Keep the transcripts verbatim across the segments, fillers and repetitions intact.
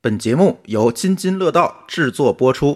本节目由津津乐道制作播出。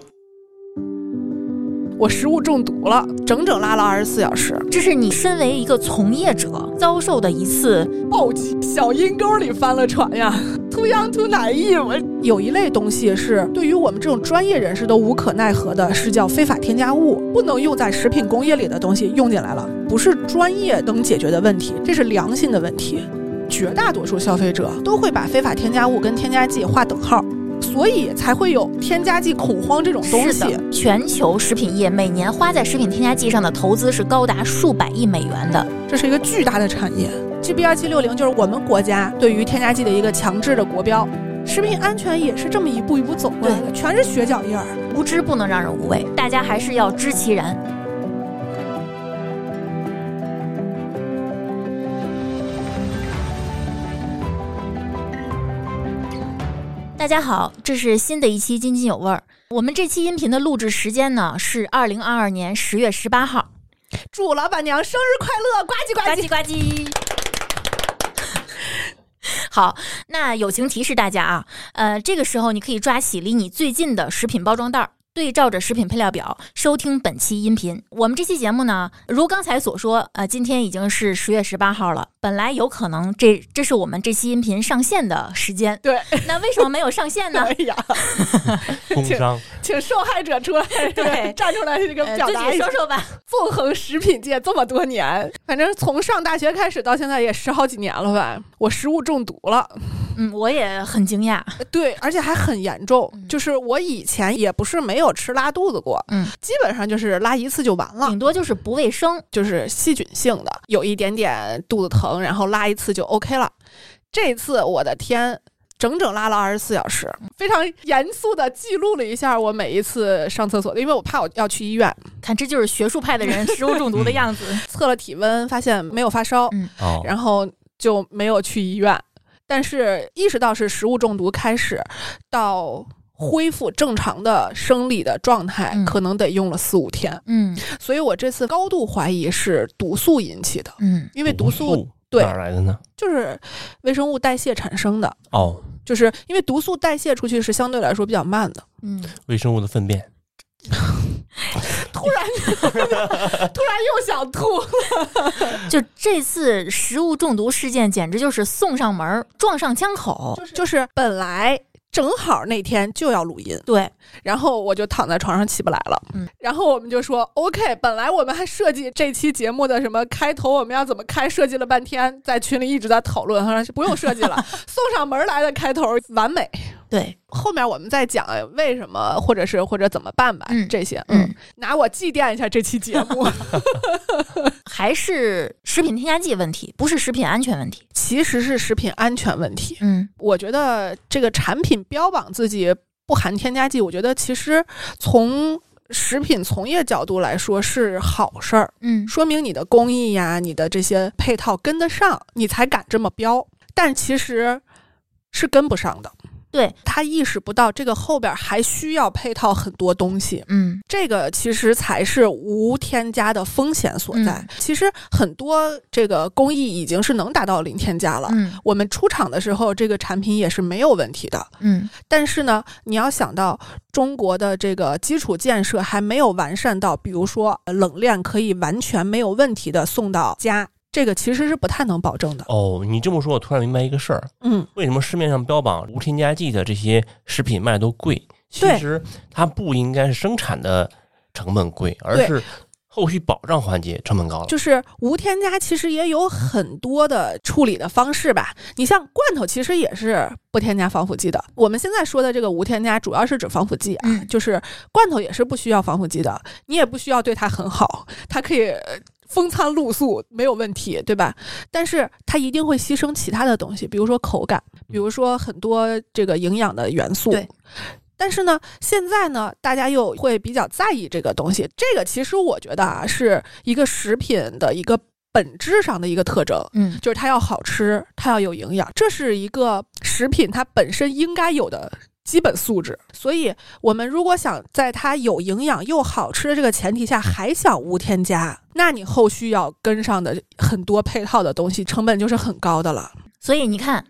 我食物中毒了，整整拉了二十四小时。 这是你身为一个从业者遭受的一次暴击，小阴沟里翻了船呀 ！Too young too naive。有一类东西是对于我们这种专业人士都无可奈何的，是叫非法添加物，不能用在食品工业里的东西用进来了，不是专业能解决的问题，这是良心的问题。绝大多数消费者都会把非法添加物跟添加剂划等号。所以才会有添加剂恐慌这种东西。 是的，全球食品业每年花在食品添加剂上的投资是高达数百亿美元的， 这是一个巨大的产业。G B R 七六零就是我们国家对于添加剂的一个强制的国标，食品安全也是这么一步一步走过来的，全是血脚印儿。 无知不能让人无畏，大家还是要知其然。大家好，这是新的一期津津有味儿。我们这期音频的录制时间呢是二零二二年十月十八号。 祝老板娘生日快乐，呱唧呱唧呱唧呱唧。好，那友情提示大家啊，呃，这个时候你可以抓起离你最近的食品包装袋，对照着食品配料表收听本期音频。我们这期节目呢，如刚才所说，呃，今天已经是十月十八号了。本来有可能这这是我们这期音频上线的时间， 对， 那为什么没有上线呢？ 哎呀， 工伤， 请受害者出来，对，站出来这个表达一下，呃、自己说说吧。 纵横食品界这么多年，反正从上大学开始到现在也十好几年了吧，我食物中毒了。 嗯，我也很惊讶， 对，而且还很严重。嗯、就是我以前也不是没有吃拉肚子过，嗯，基本上就是拉一次就完了， 顶多就是不卫生， 就是细菌性的，有一点点肚子疼，然后拉一次就 OK 了。这次我的天，整整拉了二十四小时，非常严肃的记录了一下我每一次上厕所，因为我怕我要去医院。 看，这就是学术派的人食物中毒的样子。 测了体温，发现没有发烧，嗯，然后就没有去医院。但是意识到是食物中毒，开始到恢复正常的生理的状态，嗯、可能得用了四五天。嗯，所以我这次高度怀疑是毒素引起的。嗯，因为毒素对哪来的呢？ 就是微生物代谢产生的。 哦， 就是因为毒素代谢出去是相对来说比较慢的。 嗯，微生物的粪便。 突然突然又想吐了。 就这次食物中毒事件简直就是送上门撞上枪口， 就是、就是本来正好那天就要录音， 对， 然后我就躺在床上起不来了。嗯，然后我们就说 OK， 本来我们还设计这期节目的什么开头我们要怎么开，设计了半天，在群里一直在讨论，他说不用设计了，送上门来的开头完美。 对， 后面我们再讲为什么，或者是或者怎么办吧，嗯、这些，嗯，拿我祭奠一下这期节目。 还是食品添加剂问题，不是食品安全问题， 其实是食品安全问题。 嗯， 我觉得这个产品标榜自己不含添加剂，我觉得其实从食品从业角度来说是好事儿。嗯，说明你的工艺呀，你的这些配套跟得上，你才敢这么标。但其实是跟不上的。 对， 他意识不到这个后边还需要配套很多东西。嗯，这个其实才是无添加的风险所在。嗯、其实很多这个工艺已经是能达到零添加了。嗯，我们出厂的时候这个产品也是没有问题的。嗯，但是呢，你要想到中国的这个基础建设还没有完善到，比如说冷链可以完全没有问题的送到家。这个其实是不太能保证的。 哦，你这么说我突然明白一个事儿。嗯，为什么市面上标榜无添加剂的这些食品卖都贵？其实它不应该是生产的成本贵，而是后续保障环节成本高了。 就是无添加其实也有很多的处理的方式吧。你像罐头其实也是不添加防腐剂的。我们现在说的这个无添加主要是指防腐剂啊，嗯、就是罐头也是不需要防腐剂的，你也不需要对它很好，它可以风餐露宿没有问题，对吧？但是它一定会牺牲其他的东西，比如说口感，比如说很多这个营养的元素。对。但是呢，现在呢，大家又会比较在意这个东西。这个其实我觉得啊，是一个食品的一个本质上的一个特征。嗯，就是它要好吃，它要有营养，这是一个食品它本身应该有的基本素质。所以我们如果想在它有营养又好吃的这个前提下还想无添加，那你后续要跟上的很多配套的东西成本就是很高的了。 所以你看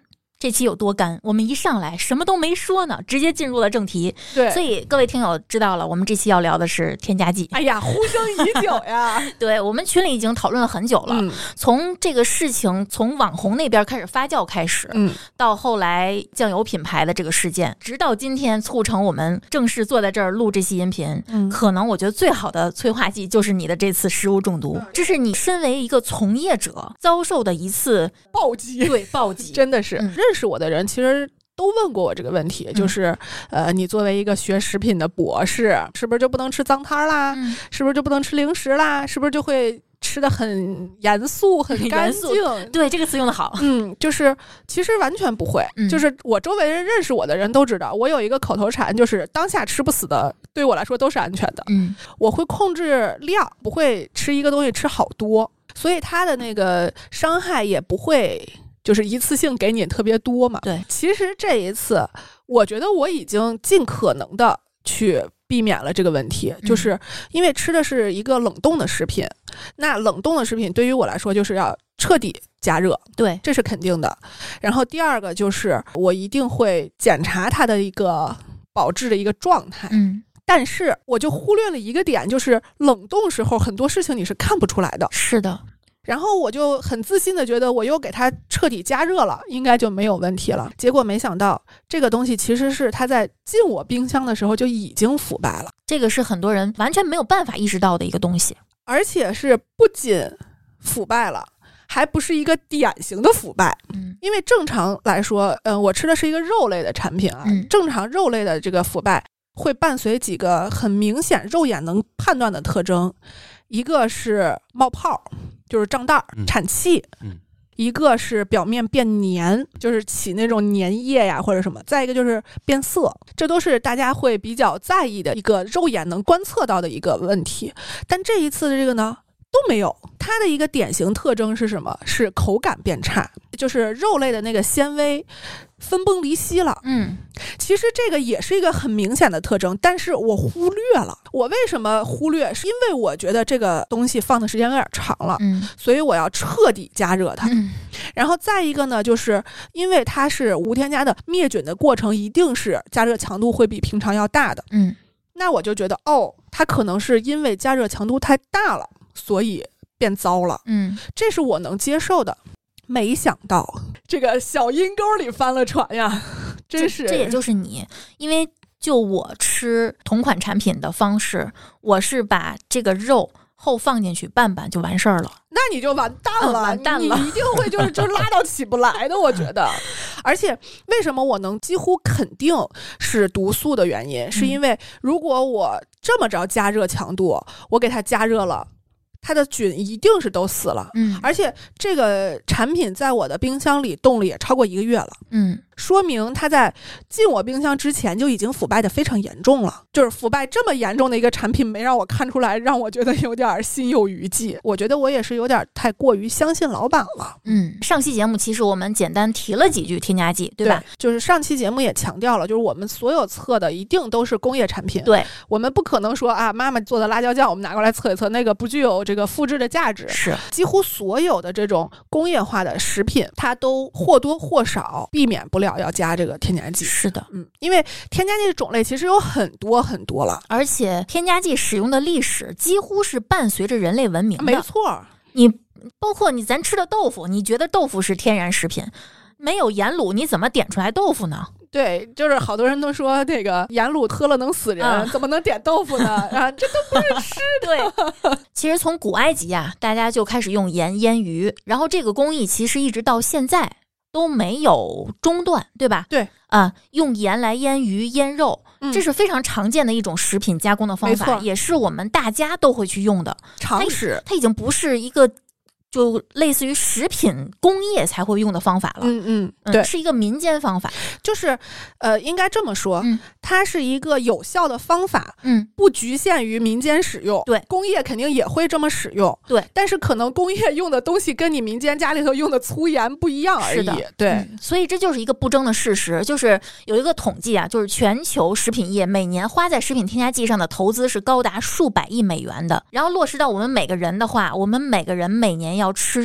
这期有多干，我们一上来什么都没说呢，直接进入了正题。 对， 所以各位听友知道了，我们这期要聊的是添加剂。 哎呀，呼声已久呀！ 对，我们群里已经讨论了很久了， 嗯、 从这个事情从网红那边开始发酵开始， 嗯， 到后来酱油品牌的这个事件，直到今天促成我们正式坐在这儿录这期音频。嗯，可能我觉得最好的催化剂就是你的这次食物中毒，这是你身为一个从业者遭受的一次暴击， 对，暴击， 真的是、 嗯、 认识我的人其实都问过我这个问题，就是、嗯、呃，你作为一个学食品的博士，是不是就不能吃脏摊啦、嗯？是不是就不能吃零食啦？是不是就会吃得很严肃、很干净？ 对，这个词用得好。 嗯，就是其实完全不会、嗯，就是我周围人认识我的人都知道，我有一个口头禅，就是当下吃不死的，对我来说都是安全的。 嗯， 我会控制量，不会吃一个东西吃好多，所以它的那个伤害也不会。就是一次性给你特别多嘛。 对， 其实这一次我觉得我已经尽可能的去避免了这个问题、嗯、就是因为吃的是一个冷冻的食品，那冷冻的食品对于我来说就是要彻底加热， 对， 这是肯定的。然后第二个就是我一定会检查它的一个保质的一个状态， 嗯， 但是我就忽略了一个点，就是冷冻时候很多事情你是看不出来的。 是的。 然后我就很自信的觉得我又给它彻底加热了，应该就没有问题了。结果没想到这个东西其实是它在进我冰箱的时候就已经腐败了， 这个是很多人完全没有办法意识到的一个东西， 而且是不仅腐败了，还不是一个典型的腐败。 嗯， 因为正常来说，嗯、呃，我吃的是一个肉类的产品啊， 嗯、 正常肉类的这个腐败会伴随几个很明显肉眼能判断的特征，一个是冒泡，就是胀袋儿、 嗯、 产气， 嗯， 一个是表面变黏，就是起那种粘液呀或者什么，再一个就是变色，这都是大家会比较在意的一个肉眼能观测到的一个问题。但这一次的这个呢都没有，它的一个典型特征是什么？是口感变差，就是肉类的那个纤维分崩离析了。 嗯， 其实这个也是一个很明显的特征，但是我忽略了。我为什么忽略？是因为我觉得这个东西放的时间有点长了， 嗯， 所以我要彻底加热它。 嗯， 然后再一个呢，就是因为它是无添加的，灭菌的过程一定是加热强度会比平常要大的。 嗯， 那我就觉得哦，它可能是因为加热强度太大了，所以变糟了。 嗯， 这是我能接受的。没想到这个小阴沟里翻了船呀，真是这, 这也就是你，因为就我吃同款产品的方式，我是把这个肉后放进去拌拌就完事儿了。 那你就完蛋了， 嗯、完蛋了， 你一定会就是就拉到起不来的，我觉得。而且为什么我能几乎肯定是毒素的原因，是因为如果我这么着加热强度，我给它加热了，它的菌一定是都死了。 嗯， 而且这个产品在我的冰箱里冻了也超过一个月了。 嗯， 说明它在进我冰箱之前就已经腐败的非常严重了。就是腐败这么严重的一个产品，没让我看出来，让我觉得有点心有余悸。我觉得我也是有点太过于相信老板了。 嗯，上期节目其实我们简单提了几句添加剂，对吧？ 对，就是上期节目也强调了，就是我们所有测的一定都是工业产品。 对， 我们不可能说啊，妈妈做的辣椒酱我们拿过来测一测，那个不具有这个复制的价值。 是， 几乎所有的这种工业化的食品，它都或多或少避免不了要加这个添加剂。 是的， 嗯，因为添加剂的种类其实有很多很多了， 而且添加剂使用的历史几乎是伴随着人类文明的。 没错， 你包括你咱吃的豆腐，你觉得豆腐是天然食品，没有盐卤你怎么点出来豆腐呢？ 对，就是好多人都说这个盐卤喝了能死人、嗯、怎么能点豆腐呢？啊，这都不是吃的。 对，其实从古埃及啊，大家就开始用盐腌鱼，然后这个工艺其实一直到现在都没有中断，对吧？ 对啊，用盐来腌鱼、腌肉，这是非常常见的一种食品加工的方法，也是我们大家都会去用的常识。 它已经不是一个就类似于食品工业才会用的方法了。 嗯嗯，对， 嗯，是一个民间方法。 就是呃，应该这么说， 嗯， 它是一个有效的方法， 嗯， 不局限于民间使用。 对， 工业肯定也会这么使用。 对， 但是可能工业用的东西跟你民间家里头用的粗盐不一样而已。 是的， 对、 嗯，所以这就是一个不争的事实。就是有一个统计啊，就是全球食品业每年花在食品添加剂上的投资是高达数百亿美元的。然后落实到我们每个人的话，我们每个人每年要吃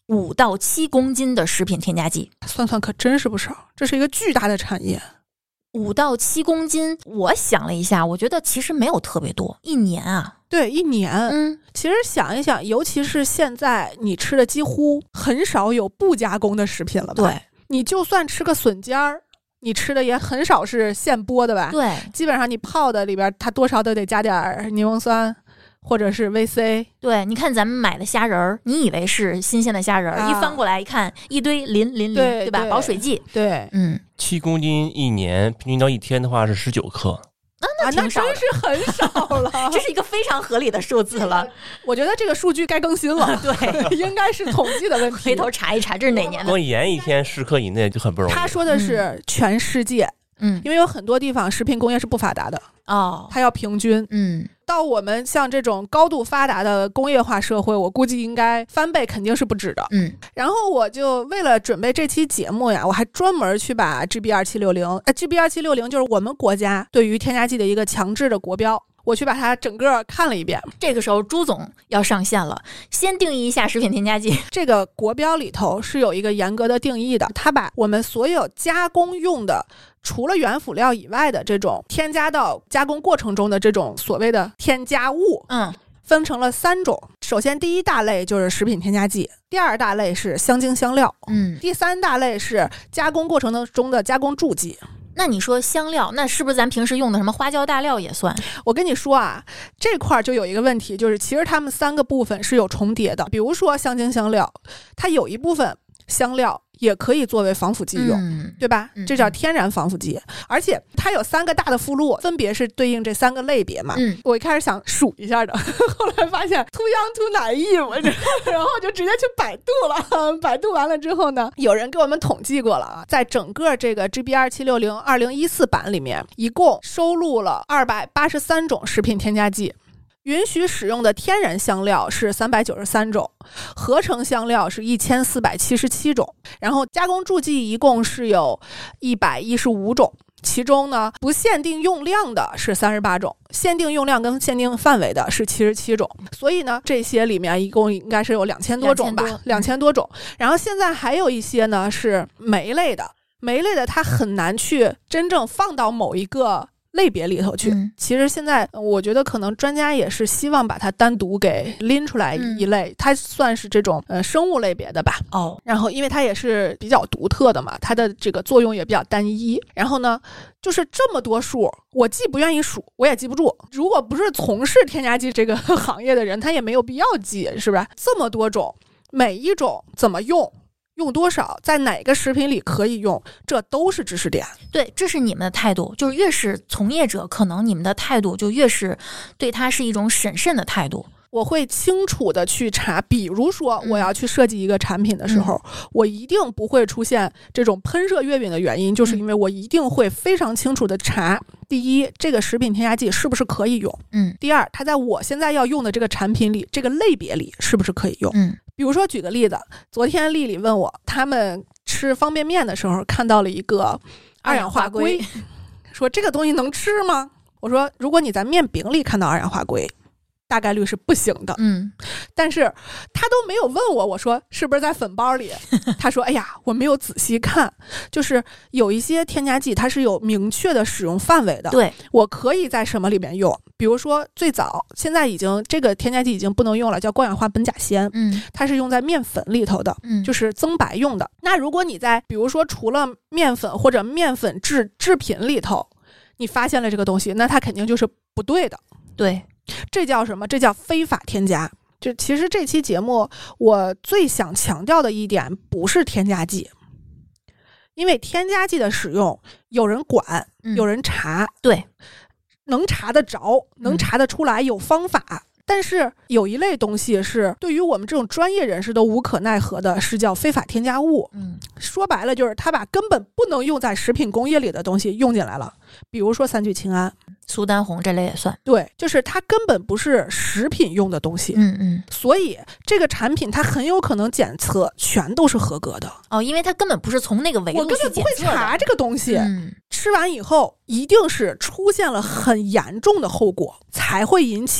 五到七公斤的食品添加剂。 算算可真是不少，这是一个巨大的产业。 五到七公斤，我想了一下，我觉得其实没有特别多，一年啊。 对，一年。 嗯， 其实想一想，尤其是现在你吃的几乎很少有不加工的食品了吧？ 对， 你就算吃个笋尖儿，你吃的也很少是现剥的吧？ 对， 基本上你泡的里边，它多少都得加点柠檬酸。或者是 V C。 对，你看咱们买的虾仁儿，你以为是新鲜的虾仁儿、啊、一翻过来一看，一堆磷磷磷，对, 对吧？保水剂。 对， 嗯， 七公斤一年，平均到一天的话是十九克。 啊，那挺少的， 啊、那真是很少了， 这是一个非常合理的数字了。 我觉得这个数据该更新了， 对， 应该是统计的问题。 回头查一查，这是哪年的？ 光盐一天十克以内就很不容易。 他说的是全世界， 嗯， 因为有很多地方食品工业是不发达的哦， 它要平均， 嗯。 到我们像这种高度发达的工业化社会，我估计应该翻倍肯定是不止的。 嗯， 然后我就为了准备这期节目呀，我还专门去把 G B 二七六零，呃 G B 二七六零 就是我们国家对于添加剂的一个强制的国标，我去把它整个看了一遍。 这个时候朱总要上线了，先定义一下食品添加剂。 这个国标里头是有一个严格的定义的，它把我们所有加工用的除了原辅料以外的这种添加到加工过程中的这种所谓的添加物， 嗯， 分成了三种。首先第一大类就是食品添加剂，第二大类是香精香料， 嗯， 第三大类是加工过程中的加工助剂。 那你说香料，那是不是咱平时用的什么花椒大料也算？ 我跟你说啊，这块就有一个问题，就是其实它们三个部分是有重叠的。比如说香精香料，它有一部分香料也可以作为防腐剂用， 嗯、 对吧、 嗯？ 这叫天然防腐剂、嗯，而且它有三个大的附录，分别是对应这三个类别嘛。 嗯， 我一开始想数一下的，后来发现 too young too naive，然后就直接去百度了。百度完了之后呢，有人给我们统计过了啊，在整个这个 G B 二七六零 二零一四版里面，一共收录了二百八十三种食品添加剂。允许使用的天然香料是三百九十三种，合成香料是一千四百七十七种，然后加工助剂一共是有一百一十五种，其中呢不限定用量的是三十八种，限定用量跟限定范围的是七十七种，所以呢这些里面一共应该是有两千多种吧，两千多种。然后现在还有一些呢是酶类的，酶类的它很难去真正放到某一个类别里头去、嗯、其实现在我觉得可能专家也是希望把它单独给拎出来一类、嗯、它算是这种呃生物类别的吧。 哦， 然后因为它也是比较独特的嘛，它的这个作用也比较单一，然后呢就是这么多数，我既不愿意数我也记不住，如果不是从事添加剂这个行业的人，他也没有必要记，是吧？这么多种，每一种怎么用，用多少，在哪个食品里可以用，这都是知识点。 对，这是你们的态度，就是越是从业者，可能你们的态度就越是对它是一种审慎的态度。 我会清楚的去查，比如说我要去设计一个产品的时候、嗯、我一定不会出现这种喷射月饼的原因，就是因为我一定会非常清楚的查，第一，这个食品添加剂是不是可以用， 嗯， 第二，它在我现在要用的这个产品里，这个类别里是不是可以用， 嗯， 比如说举个例子，昨天丽丽问我，他们吃方便面的时候看到了一个二氧化硅，说这个东西能吃吗？我说如果你在面饼里看到二氧化硅，大概率是不行的， 嗯， 但是他都没有问我，我说是不是在粉包里？他说，哎呀，我没有仔细看，就是有一些添加剂它是有明确的使用范围的， 对， 我可以在什么里面用？比如说最早现在已经这个添加剂已经不能用了，叫高氧化苯甲酰， 嗯， 它是用在面粉里头的， 嗯， 就是增白用的。那如果你在比如说除了面粉或者面粉制制品里头，你发现了这个东西，那它肯定就是不对的， 对。 这叫什么？这叫非法添加。就其实这期节目我最想强调的一点不是添加剂，因为添加剂的使用有人管、嗯、有人查， 对， 能查得着，能查得出来，有方法、嗯、但是有一类东西是对于我们这种专业人士都无可奈何的，是叫非法添加物。 嗯， 说白了就是他把根本不能用在食品工业里的东西用进来了，比如说三聚氰胺、 苏丹红这类也算。 对，就是它根本不是食品用的东西。 嗯嗯， 所以这个产品它很有可能检测全都是合格的。 哦，因为它根本不是从那个维度去检测的。 我根本不会查这个东西。 嗯， 吃完以后一定是出现了很严重的后果，才会引起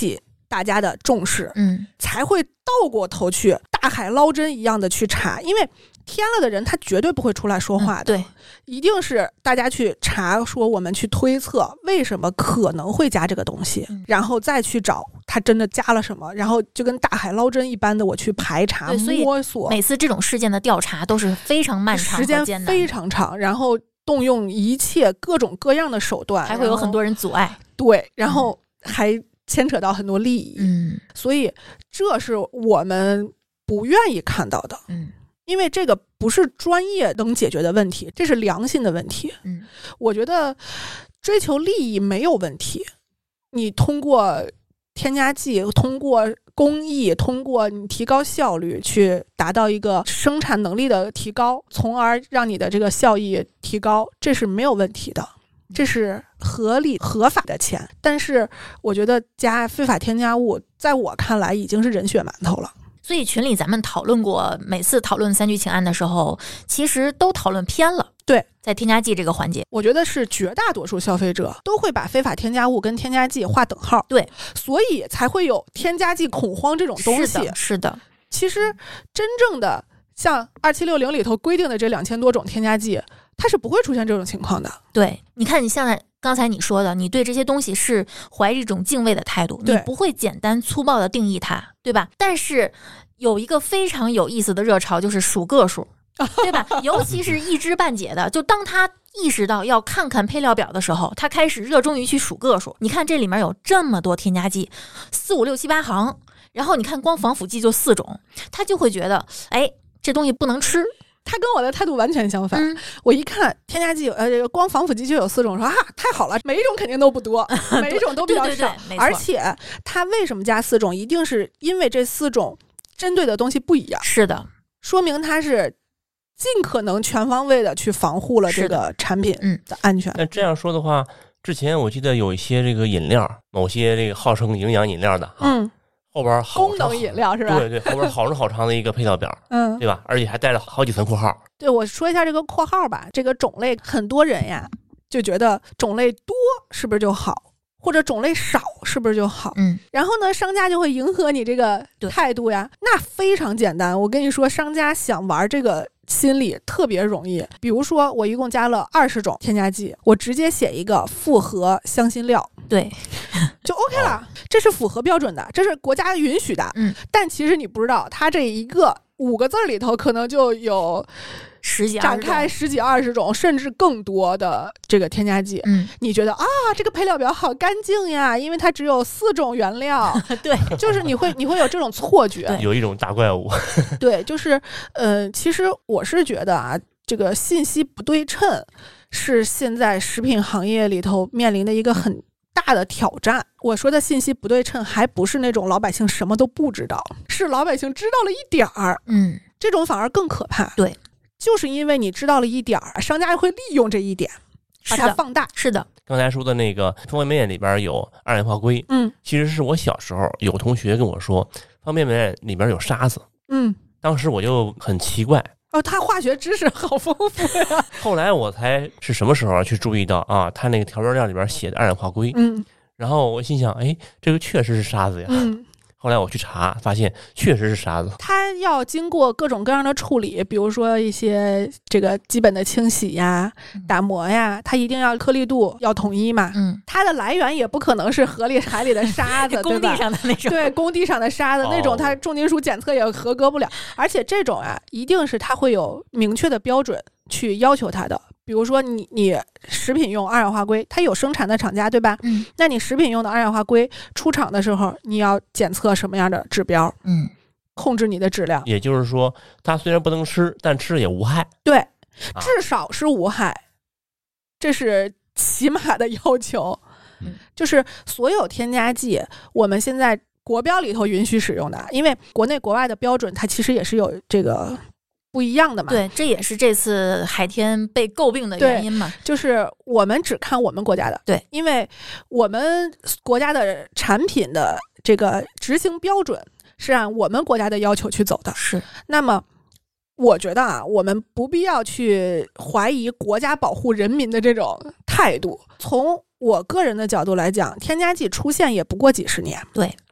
大家的重视， 嗯， 才会倒过头去大海捞针一样的去查，因为添了的人他绝对不会出来说话的，嗯、 对， 一定是大家去查，说我们去推测为什么可能会加这个东西， 嗯、 然后再去找他真的加了什么，然后就跟大海捞针一般的我去排查摸索。 每次这种事件的调查都是非常漫长和艰难， 时间非常长，然后动用一切各种各样的手段， 还会有很多人阻碍， 对，然后还牵扯到很多利益， 嗯， 所以这是我们不愿意看到的， 嗯。 因为这个不是专业能解决的问题，这是良心的问题。 嗯， 我觉得追求利益没有问题，你通过添加剂，通过工艺，通过你提高效率，去达到一个生产能力的提高，从而让你的这个效益提高，这是没有问题的，这是合理合法的钱。但是我觉得加非法添加物，在我看来已经是人血馒头了。 所以群里咱们讨论过，每次讨论三聚氰胺的时候，其实都讨论偏了。 对， 在添加剂这个环节， 我觉得是绝大多数消费者都会把非法添加物跟添加剂划等号。 对， 所以才会有添加剂恐慌这种东西。 是的，是的。 其实真正的像二七六零里头规定的这两千多种添加剂，它是不会出现这种情况的。 对，你看，你像刚才你说的，你对这些东西是怀着一种敬畏的态度，你不会简单粗暴的定义它，对吧？但是有一个非常有意思的热潮，就是数个数，对吧？尤其是一知半解的，就当他意识到要看看配料表的时候，他开始热衷于去数个数。你看这里面有这么多添加剂，四五六七八行，然后你看光防腐剂就四种，他就会觉得，哎，这东西不能吃。 他跟我的态度完全相反， 嗯、 我一看添加剂，呃，光防腐剂就有四种，说啊，太好了，每一种肯定都不多，每一种都比较少， 对对对， 而且他为什么加四种，一定是因为这四种针对的东西不一样， 是的， 说明他是尽可能全方位的去防护了这个产品的安全。 那这样说的话，之前我记得有一些这个饮料，某些这个号称营养饮料的，嗯。后边好功能饮料是吧？ 对对，后边好长好长的一个配料表， 嗯， 对吧？而且还带了好几层括号。 对，我说一下这个括号吧。这个种类，很多人呀就觉得种类多是不是就好，或者种类少是不是就好？ 嗯， 然后呢，商家就会迎合你这个态度呀。那非常简单，我跟你说，商家想玩这个心理特别容易。比如说，我一共加了二十种添加剂，我直接写一个复合香辛料， 对， 就 OK 了。这是符合标准的，这是国家允许的。 嗯， 但其实你不知道，它这一个五个字里头可能就有十几展开十几二十种，甚至更多的这个添加剂。 嗯， 你觉得啊，这个配料表好干净呀，因为它只有四种原料。 对， 就是你会你会有这种错觉， 有一种大怪物。 对，就是呃，其实我是觉得啊，这个信息不对称是现在食品行业里头面临的一个很大的挑战。我说的信息不对称，还不是那种老百姓什么都不知道，是老百姓知道了一点儿， 嗯， 这种反而更可怕。 对， 就是因为你知道了一点儿，商家会利用这一点，把它放大。 是的， 刚才说的那个方便面里边有二氧化硅， 嗯， 其实是我小时候有同学跟我说，方便面里边有沙子， 嗯， 当时我就很奇怪。 哦，他化学知识好丰富呀！ 后来我才是什么时候去注意到啊，他那个调味料里边写的二氧化硅， 嗯， 然后我心想，哎，这个确实是沙子呀。 嗯， 后来我去查，发现确实是沙子。 它要经过各种各样的处理，比如说一些这个基本的清洗呀、打磨呀，它一定要颗粒度要统一嘛。 嗯， 它的来源也不可能是河里海里的沙子， 工地上的那种。 对，工地上的沙子、 哦、 那种，它重金属检测也合格不了。而且这种啊，一定是它会有明确的标准去要求它的。比如说你你食品用二氧化硅，它有生产的厂家，对吧？ 嗯， 那你食品用的二氧化硅出厂的时候，你要检测什么样的指标？ 嗯， 控制你的质量。 也就是说，它虽然不能吃，但吃也无害。 对，至少是无害，啊、这是起码的要求。 嗯， 就是所有添加剂，我们现在国标里头允许使用的，因为国内国外的标准，它其实也是有这个。不一样的嘛， 对，这也是这次海天被诟病的原因嘛。 就是我们只看我们国家的， 对， 因为我们国家的产品的这个执行标准是按我们国家的要求去走的。 是， 那么我觉得啊，我们不必要去怀疑国家保护人民的这种态度。从我个人的角度来讲，添加剂出现也不过几十年， 对。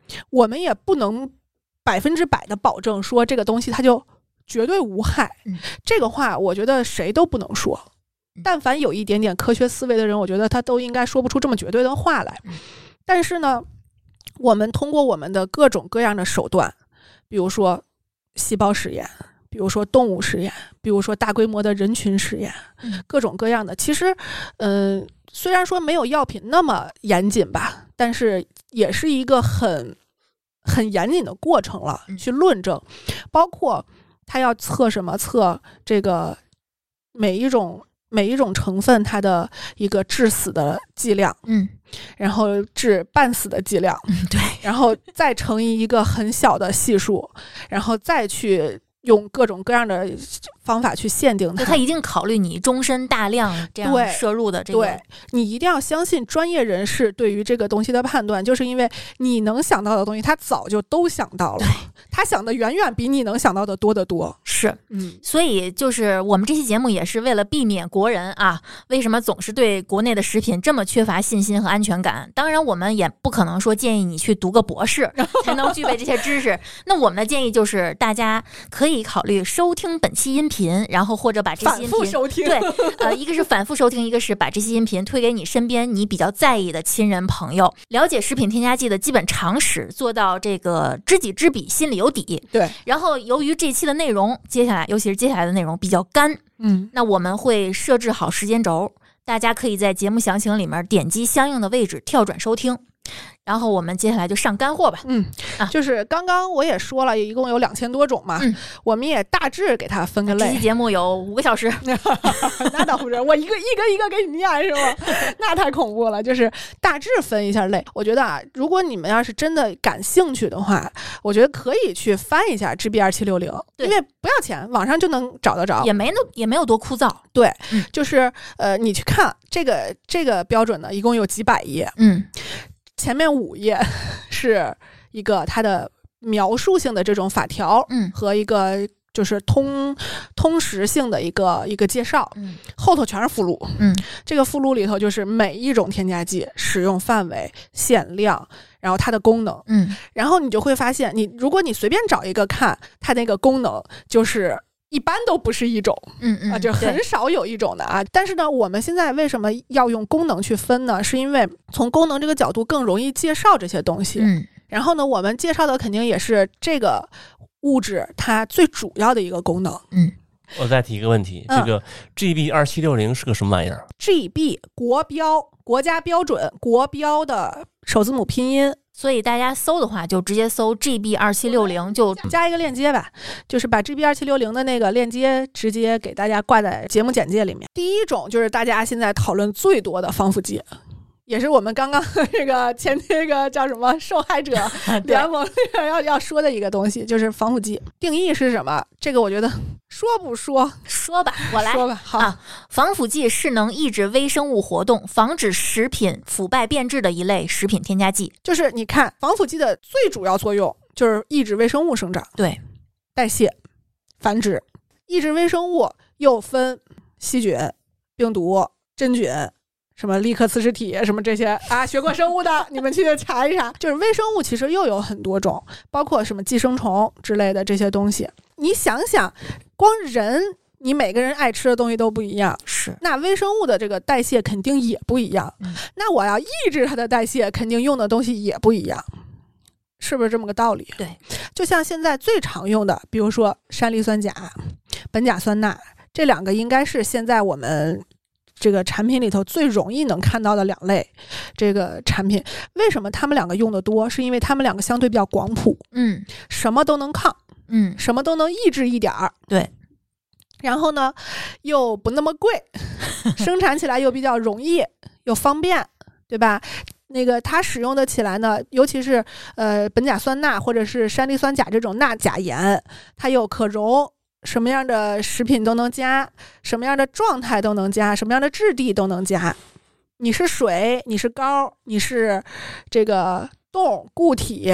我们也不能百分之百的保证说这个东西它就绝对无害。 嗯、 这个话我觉得谁都不能说。但凡有一点点科学思维的人，我觉得他都应该说不出这么绝对的话来。但是呢，我们通过我们的各种各样的手段，比如说细胞实验，比如说动物实验，比如说大规模的人群实验，各种各样的，其实嗯、呃，虽然说没有药品那么严谨吧，但是也是一个很很严谨的过程了，去论证，包括它要测什么，测这个每一种每一种成分它的一个致死的剂量， 嗯， 然后致半死的剂量， 嗯，对， 然后再乘以一个很小的系数，然后再去用各种各样的方法去限定它。 它一定考虑你终身大量这样摄入的这个。 对，你一定要相信专业人士对于这个东西的判断，就是因为你能想到的东西，他早就都想到了，他想的远远比你能想到的多得多。 是， 嗯， 所以就是我们这期节目也是为了避免国人啊，为什么总是对国内的食品这么缺乏信心和安全感？当然，我们也不可能说建议你去读个博士才能具备这些知识。那我们的建议就是，大家可以考虑收听本期音频，然后或者把这些音频反复收听。 对，呃，一个是反复收听，一个是把这些音频推给你身边你比较在意的亲人朋友，了解食品添加剂的基本常识，做到这个知己知彼，心里有底。 对， 然后由于这期的内容，接下来尤其是接下来的内容比较干， 嗯， 那我们会设置好时间轴，大家可以在节目详情里面点击相应的位置跳转收听。然后我们接下来就上干货吧。 嗯、 啊， 就是刚刚我也说了，一共有两千多种嘛、 嗯， 我们也大致给它分个类。 这期节目有五个小时， 那倒不是，我一个一个一个给你念是吗？那太恐怖了。就是大致分一下类。我觉得啊，如果你们要是真的感兴趣的话，我觉得可以去翻一下 G B 二七六零，因为不要钱，网上就能找得着， 也没那也没有多枯燥。 对， 嗯、 就是呃，你去看这个这个标准呢，一共有几百页， 嗯。 前面五页是一个它的描述性的这种法条， 嗯， 和一个就是通通识性的一个一个介绍， 嗯， 后头全是附录， 嗯， 这个附录里头就是每一种添加剂使用范围、限量，然后它的功能， 嗯， 然后你就会发现，你如果你随便找一个看它那个功能，就是一般都不是一种， 嗯嗯， 啊，就很少有一种的啊。但是呢，我们现在为什么要用功能去分呢？是因为从功能这个角度更容易介绍这些东西。 嗯， 然后呢，我们介绍的肯定也是这个物质它最主要的一个功能。 嗯， 我再提一个问题， 嗯、 这个 G B 二七六零是个什么玩意儿 ？G B 国标，国家标准，国标的首字母拼音。 所以大家搜的话，就直接搜 G B 二七六零，就加一个链接吧，就是把 G B 二七六零的那个链接直接给大家挂在节目简介里面。第一种就是大家现在讨论最多的防腐剂，也是我们刚刚这个前那个叫什么受害者联盟要要说的一个东西，就是防腐剂定义是什么？这个我觉得说不说说吧，我来说吧。好啊，防腐剂是能抑制微生物活动，防止食品腐败变质的一类食品添加剂。 就是你看，防腐剂的最主要作用就是抑制微生物生长、 对代谢、繁殖。抑制微生物又分细菌、病毒、真菌。什么利克磁石体什么这些啊，学过生物的你们去查一查。就是微生物其实又有很多种，包括什么寄生虫之类的这些东西。你想想，光人你每个人爱吃的东西都不一样， 是那微生物的这个代谢肯定也不一样、嗯、那我要抑制它的代谢，肯定用的东西也不一样，是不是这么个道理？ 对， 就像现在最常用的，比如说山梨酸钾、苯甲酸钠，这两个应该是现在我们这个产品里头最容易能看到的两类这个产品。为什么他们两个用的多？是因为他们两个相对比较广谱， 嗯， 什么都能抗， 嗯， 什么都能抑制一点儿， 对。 然后呢，又不那么贵，生产起来又比较容易，又方便，对吧？那个它使用的起来呢，尤其是呃苯甲酸钠或者是山梨酸钾这种钠钾盐，它又可溶。什么样的食品都能加，什么样的状态都能加，什么样的质地都能加。你是水，你是膏，你是这个冻固体，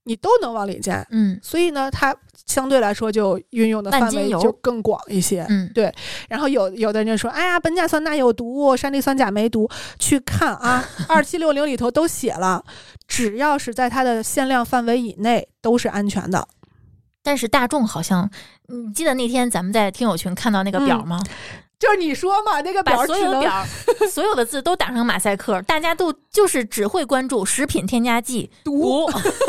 你都能往里加。 嗯， 所以呢，它相对来说就运用的范围就更广一些。 嗯， 对。然后有有的人就说，哎呀，苯甲酸钠有毒，山地酸钾没毒。去看啊，二七六零里头都写了，只要是在它的限量范围以内，都是安全的。 但是大众好像，你记得那天咱们在听友群看到那个表吗？ 嗯，就是你说嘛，那个表把所有的表所有的字都打上马赛克，大家都就是只会关注食品添加剂毒，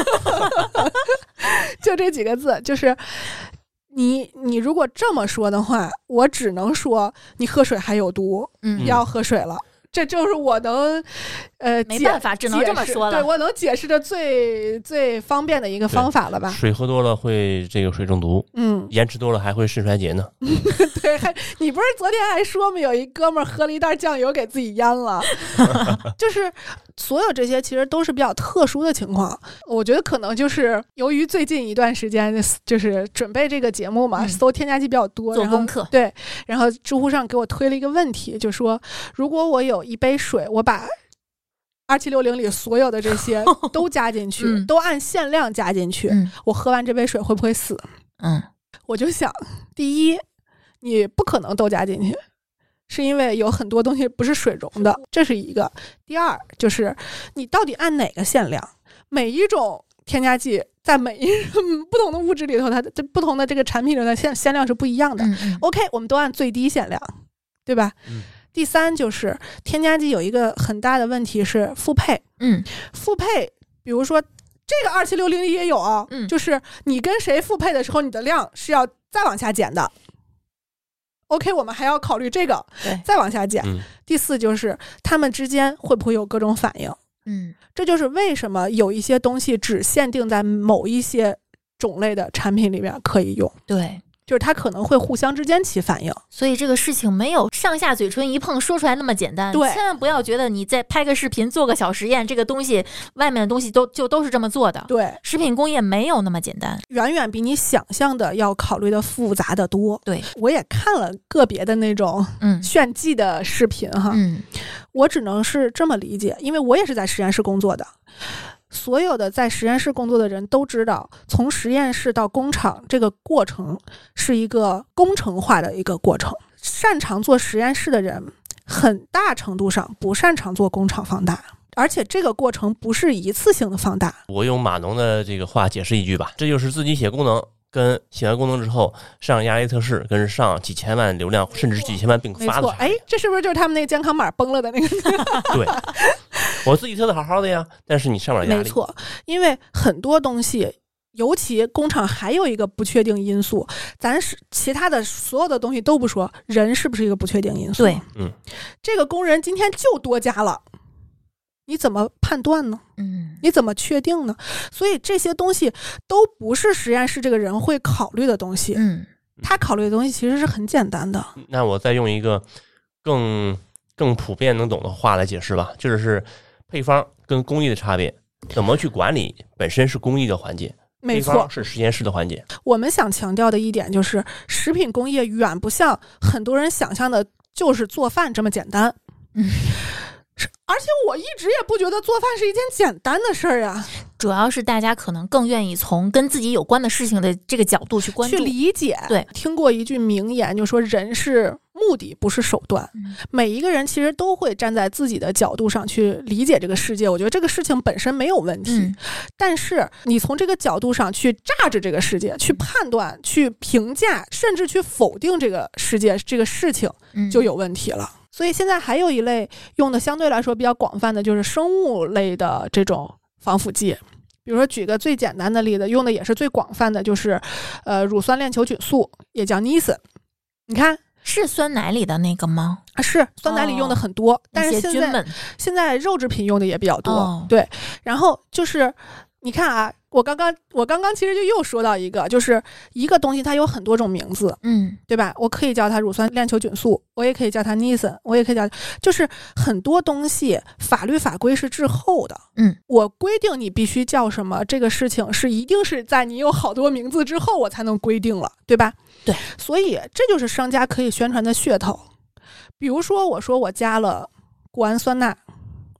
就这几个字。就是你你如果这么说的话，我只能说你喝水还有毒， 嗯， 不要喝水了。这就是我能，呃， 没办法，只能这么说了。 对，我能解释的最最方便的一个方法了吧？ 水喝多了会这个水中毒，嗯，盐吃多了还会肾衰竭呢。 对，还你不是昨天还说吗？有一哥们儿喝了一袋酱油给自己淹了，就是所有这些其实都是比较特殊的情况。我觉得可能就是由于最近一段时间就是准备这个节目嘛，嗯、搜添加剂比较多， 做功课。 对，然后知乎上给我推了一个问题，就说如果我有一杯水，我把二七六零里所有的这些都加进去，嗯、都按限量加进去，嗯、我喝完这杯水会不会死？ 嗯， 我就想，第一，你不可能都加进去，是因为有很多东西不是水溶的，这是一个。第二，就是你到底按哪个限量？每一种添加剂在每一不同的物质里头，它这不同的这个产品里的限限量是不一样的。 嗯嗯 OK， 我们都按最低限量，对吧？ 嗯。 第三就是添加剂有一个很大的问题是复配， 嗯， 复配，比如说这个二七六零也有啊， 嗯， 就是你跟谁复配的时候，你的量是要再往下减的。OK， 我们还要考虑这个，再往下减。 嗯、 第四就是他们之间会不会有各种反应？ 嗯， 这就是为什么有一些东西只限定在某一些种类的产品里面可以用。 对。 就是它可能会互相之间起反应， 所以这个事情没有上下嘴唇一碰说出来那么简单。 对， 千万不要觉得你在拍个视频做个小实验，这个东西外面的东西都就都是这么做的。 对， 食品工业没有那么简单， 远远比你想象的要考虑的复杂的多。 对， 我也看了个别的那种嗯炫技的视频哈， 嗯， 我只能是这么理解，因为我也是在实验室工作的。所有的在实验室工作的人都知道，从实验室到工厂这个过程是一个工程化的一个过程。擅长做实验室的人，很大程度上不擅长做工厂放大，而且这个过程不是一次性的放大。 我用码农的这个话解释一句吧，这就是自己写功能跟写完功能之后上压力测试，跟上几千万流量甚至几千万并发的。 哎，这是不是就是他们那个健康码崩了的那个？ 对。我自己测的好好的呀，但是你上面压力。 没错，因为很多东西，尤其工厂还有一个不确定因素，咱是其他的所有的东西都不说，人是不是一个不确定因素？ 对， 嗯， 这个工人今天就多加了，你怎么判断呢？ 嗯， 你怎么确定呢？所以这些东西都不是实验室这个人会考虑的东西。 嗯， 他考虑的东西其实是很简单的。 那我再用一个更更普遍能懂的话来解释吧，就是配方跟工艺的差别，怎么去管理本身是工艺的环节， 没错， 配方是实验室的环节。 我们想强调的一点就是，食品工业远不像很多人想象的，就是做饭这么简单。 嗯， 而且我一直也不觉得做饭是一件简单的事儿呀。 主要是大家可能更愿意从跟自己有关的事情的这个角度去关注、 去理解。 对， 听过一句名言，就说人是目的，不是手段。 嗯、 每一个人其实都会站在自己的角度上去理解这个世界。我觉得这个事情本身没有问题， 嗯、 但是你从这个角度上去榨着这个世界，去判断、去评价，甚至去否定这个世界这个事情，就有问题了。嗯，所以现在还有一类用的相对来说比较广泛的，就是生物类的这种防腐剂。比如说举个最简单的例子，用的也是最广泛的，就是呃乳酸链球菌素，也叫 Niacin。 你看是酸奶里的那个吗？ 是酸奶里用的很多，哦、但是现在现在肉制品用的也比较多。 哦、 对，然后就是你看啊，我刚刚我刚刚其实就又说到一个，就是一个东西它有很多种名字， 嗯， 对吧？我可以叫它乳酸链球菌素，我也可以叫它 Niacin， 我也可以叫，就是很多东西法律法规是滞后的。 嗯， 我规定你必须叫什么，这个事情是一定是在你有好多名字之后我才能规定了，对吧？ 对， 所以这就是商家可以宣传的噱头。比如说我说我加了谷氨酸钠，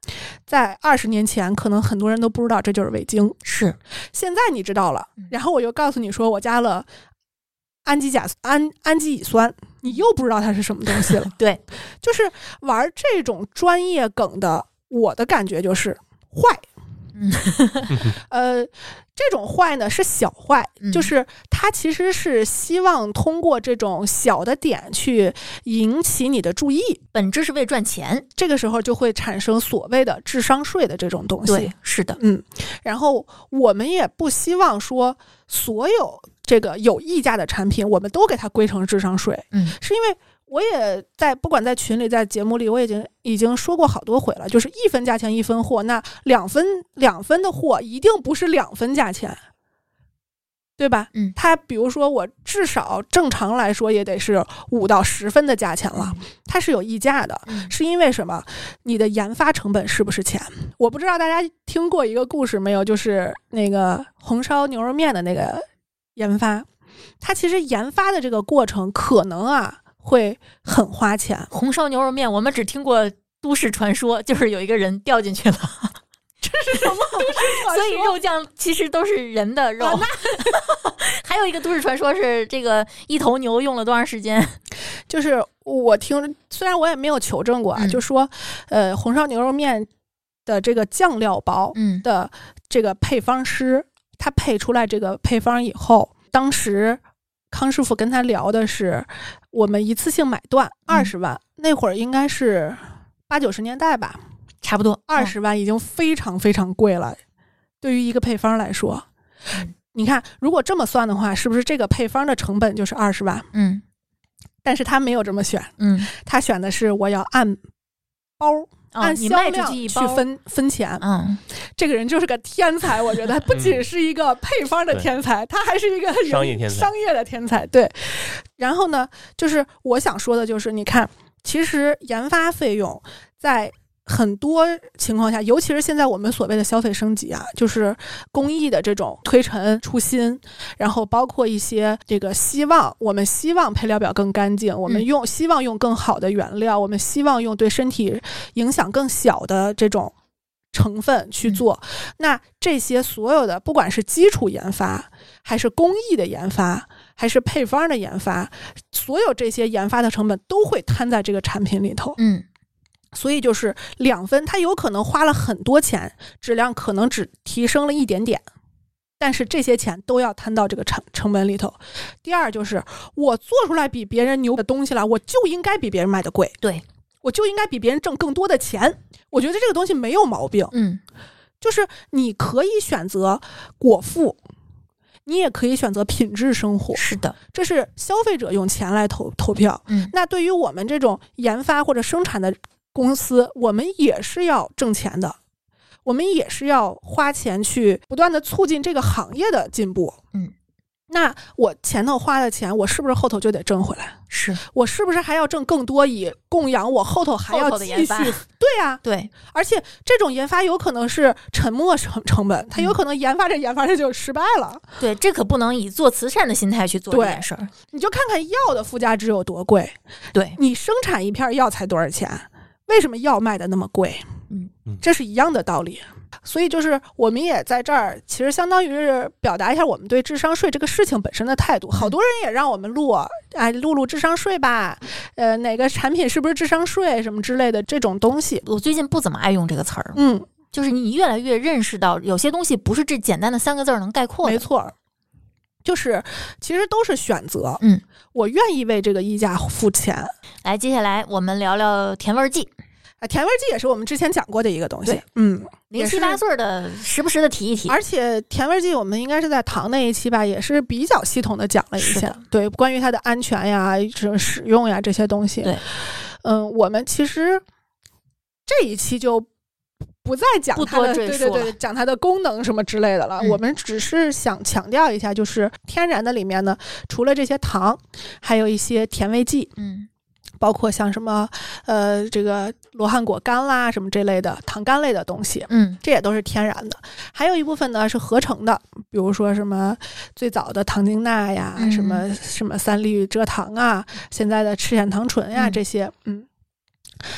在二十年前可能很多人都不知道这就是味精， 是现在你知道了，然后我又告诉你说我加了氨基甲氨氨基乙酸，你又不知道它是什么东西了。 对， 就是玩这种专业梗的，我的感觉就是坏。 嗯， 呃，这种坏呢是小坏， 嗯、 就是它其实是希望通过这种小的点去引起你的注意， 本质是为赚钱。 这个时候就会产生所谓的智商税的这种东西。 对，是的， 嗯。然后我们也不希望说所有这个有溢价的产品，我们都给它归成智商税。 嗯， 是因为我也在不管在群里在节目里我已经已经说过好多回了，就是一分价钱一分货，那两分两分的货一定不是两分价钱，对吧？ 嗯， 它比如说我至少正常来说也得是五到十分的价钱了，它是有溢价的。 嗯， 是因为什么？你的研发成本是不是钱？我不知道大家听过一个故事没有，就是那个红烧牛肉面的那个研发，它其实研发的这个过程可能啊会很花钱。 红烧牛肉面我们只听过都市传说，就是有一个人掉进去了。 这是什么都市传说？ 所以肉酱其实都是人的肉。啊、还有一个都市传说是这个一头牛用了多长时间？ 就是我听，虽然我也没有求证过啊，嗯、就说呃红烧牛肉面的这个酱料包的这个配方师，嗯、他配出来这个配方以后，当时康师傅跟他聊的是我们一次性买断二十万、嗯、那会儿应该是八九十年代吧， 差不多二十万已经非常非常贵了、嗯、对于一个配方来说、嗯、你看如果这么算的话，是不是这个配方的成本就是二十万？ 嗯， 但是他没有这么选， 嗯， 他选的是我要按包、哦、按销量去分分钱。 嗯， 这个人就是个天才，我觉得不仅是一个配方的天才、嗯、他还是一个商业天才， 商业的天才。对，然后呢，就是我想说的就是，你看，其实研发费用在很多情况下，尤其是现在我们所谓的消费升级啊，就是工艺的这种推陈出新，然后包括一些这个希望，我们希望配料表更干净，我们用、嗯、希望用更好的原料，我们希望用对身体影响更小的这种成分去做、嗯、那这些所有的不管是基础研发还是工艺的研发还是配方的研发，所有这些研发的成本都会摊在这个产品里头。 嗯， 所以就是两分，它有可能花了很多钱，质量可能只提升了一点点，但是这些钱都要摊到这个成成本里头。第二就是我做出来比别人牛的东西了，我就应该比别人卖的贵， 对， 我就应该比别人挣更多的钱。我觉得这个东西没有毛病， 嗯， 就是你可以选择果腹，你也可以选择品质生活， 是的， 这是消费者用钱来投投票。 嗯， 那对于我们这种研发或者生产的公司，我们也是要挣钱的，我们也是要花钱去不断的促进这个行业的进步。 嗯， 那我前头花的钱，我是不是后头就得挣回来？ 是， 我是不是还要挣更多，以供养我后头还要继续？对呀、啊， 对， 而且这种研发有可能是沉没成成本，它有可能研发着研发着就失败了。 对，这可不能以做慈善的心态去做这件事儿。 你就看看药的附加值有多贵， 对， 你生产一片药才多少钱？为什么药卖的那么贵？ 嗯， 这是一样的道理。所以就是我们也在这儿，其实相当于是表达一下我们对智商税这个事情本身的态度。好多人也让我们录，哎，录录智商税吧，呃，哪个产品是不是智商税什么之类的这种东西。 我最近不怎么爱用这个词儿， 嗯， 就是你越来越认识到有些东西不是这简单的三个字能概括的。 没错。就是其实都是选择， 嗯， 我愿意为这个溢价付钱。 来，接下来我们聊聊甜味剂。 啊，甜味剂也是我们之前讲过的一个东西，嗯， 零七八碎的，时不时的提一提。 而且甜味剂我们应该是在糖那一期吧，也是比较系统的讲了一下，对，关于它的安全呀、这种使用呀这些东西。 对， 嗯，我们其实这一期就不再讲它的，对对对，讲它的功能什么之类的了。嗯、我们只是想强调一下，就是天然的里面呢，除了这些糖，还有一些甜味剂， 嗯。 包括像什么呃这个罗汉果苷啦什么这类的糖苷类的东西， 嗯， 这也都是天然的。还有一部分呢是合成的，比如说什么最早的糖精钠呀、嗯、什么什么三氯蔗糖啊，现在的赤藓糖醇呀、嗯、这些，嗯，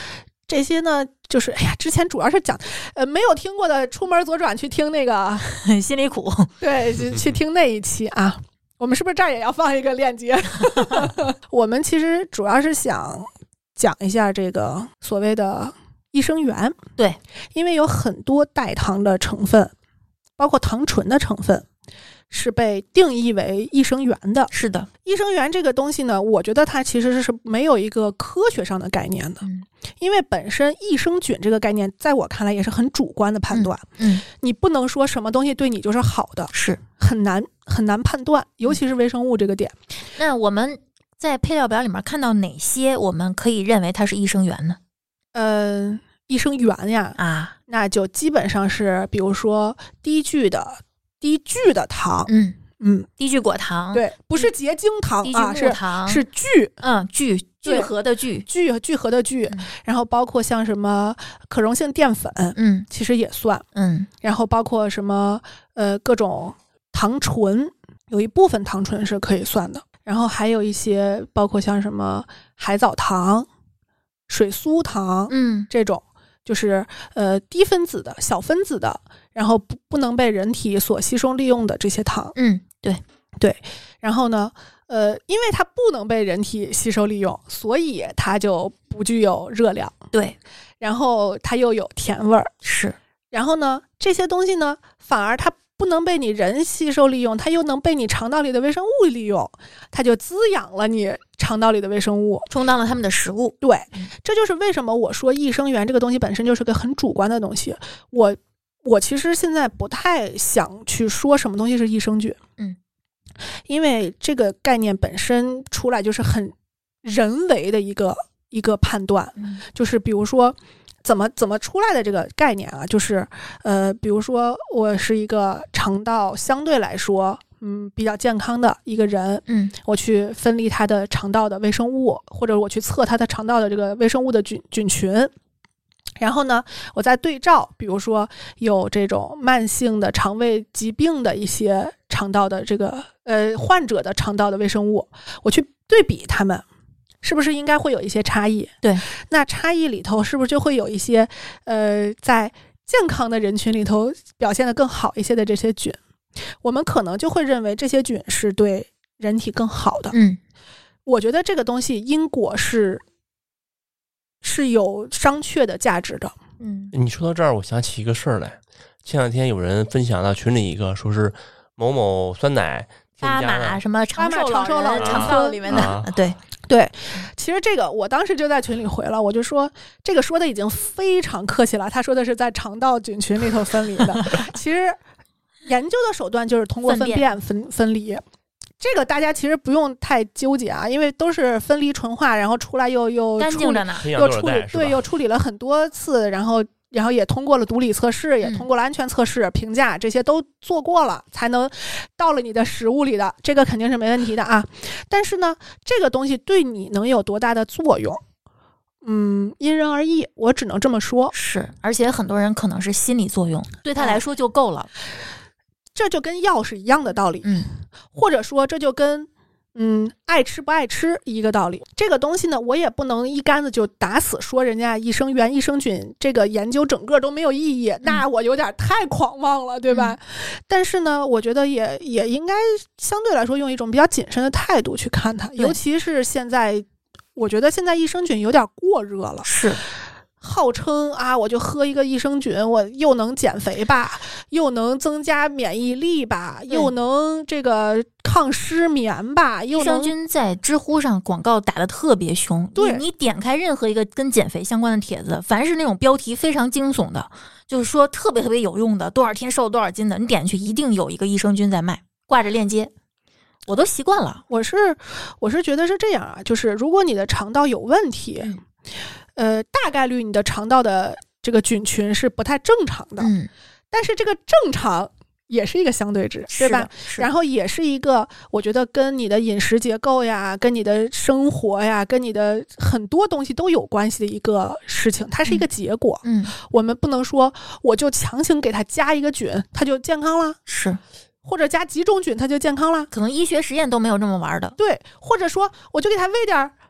这些呢，就是哎呀，之前主要是讲，呃，没有听过的，出门左转去听那个心里苦， 对，去听那一期啊。我们是不是这儿也要放一个链接？我们其实主要是想讲一下这个所谓的益生元， 对， 因为有很多代糖的成分，包括糖醇的成分，是被定义为益生元的。 是的， 益生元这个东西呢，我觉得它其实是没有一个科学上的概念的， 嗯、 因为本身益生菌这个概念，在我看来也是很主观的判断。 嗯，嗯你不能说什么东西对你就是好的， 是很难很难判断，尤其是微生物这个点。 那我们在配料表里面看到哪些我们可以认为它是益生元呢？ 呃，益生元呀， 啊， 那就基本上是，比如说低聚的低聚的糖， 嗯嗯， 低聚果糖， 对，不是结晶糖低聚啊， 木糖， 是是聚， 嗯，聚聚合的聚， 聚聚合的聚， 嗯、 然后包括像什么可溶性淀粉， 嗯， 其实也算， 嗯， 然后包括什么呃各种糖醇，有一部分糖醇是可以算的，然后还有一些包括像什么海藻糖、水苏糖， 嗯， 这种就是呃低分子的小分子的，然后不不能被人体所吸收利用的这些糖， 嗯，对对，然后呢，呃，因为它不能被人体吸收利用，所以它就不具有热量， 对， 然后它又有甜味儿， 是， 然后呢，这些东西呢，反而它不能被你人吸收利用，它又能被你肠道里的微生物利用，它就滋养了你肠道里的微生物， 充当了它们的食物。 对，这就是为什么我说益生元这个东西本身就是个很主观的东西。我我其实现在不太想去说什么东西是益生菌， 嗯， 因为这个概念本身出来就是很人为的一个一个判断， 嗯、 就是比如说。怎么怎么出来的这个概念啊？就是呃，比如说我是一个肠道相对来说嗯比较健康的一个人， 嗯， 我去分离他的肠道的微生物，或者我去测他的肠道的这个微生物的菌菌群，然后呢，我再对照，比如说有这种慢性的肠胃疾病的一些肠道的这个呃患者的肠道的微生物，我去对比他们。是不是应该会有一些差异？ 对， 那差异里头是不是就会有一些呃，在健康的人群里头表现得更好一些的这些菌？我们可能就会认为这些菌是对人体更好的。 嗯， 我觉得这个东西因果是是有商榷的价值的。 嗯， 你说到这儿，我想起一个事儿来。前两天有人分享到群里一个，说是某某酸奶巴马什么长寿老人肠道里面的， 啊、 对。对，其实这个我当时就在群里回了，我就说这个说的已经非常客气了，他说的是在肠道菌群里头分离的，其实研究的手段就是通过粪便分分离，这个大家其实不用太纠结啊，因为都是分离纯化，然后出来又又干净着呢， 又处理对又处理了很多次，然后。然后也通过了毒理测试，也通过了安全测试、嗯、评价，这些都做过了，才能到了你的食物里的，这个肯定是没问题的啊。但是呢，这个东西对你能有多大的作用，嗯，因人而异，我只能这么说。 是，而且很多人可能是心理作用，对他来说就够了。 这就跟药是一样的道理， 嗯， 或者说这就跟。嗯，爱吃不爱吃一个道理。这个东西呢，我也不能一竿子就打死说人家益生元、益生菌这个研究整个都没有意义，嗯、那我有点太狂妄了，对吧？嗯、但是呢，我觉得也也应该相对来说用一种比较谨慎的态度去看它，尤其是现在，我觉得现在益生菌有点过热了， 是。 号称啊，我就喝一个益生菌，我又能减肥吧，又能增加免疫力吧，又能这个抗失眠吧。益生菌在知乎上广告打得特别凶， 对， 你点开任何一个跟减肥相关的帖子，凡是那种标题非常惊悚的，就是说特别特别有用的，多少天瘦多少斤的，你点进去一定有一个益生菌在卖，挂着链接。我都习惯了， 我是我是觉得是这样啊，就是如果你的肠道有问题。嗯呃，大概率你的肠道的这个菌群是不太正常的， 嗯， 但是这个正常也是一个相对值，对吧？然后也是一个，我觉得跟你的饮食结构呀、跟你的生活呀、跟你的很多东西都有关系的一个事情，它是一个结果。 嗯， 我们不能说我就强行给它加一个菌，它就健康了， 是， 或者加几种菌它就健康了， 可能医学实验都没有这么玩的。 对，或者说我就给它喂点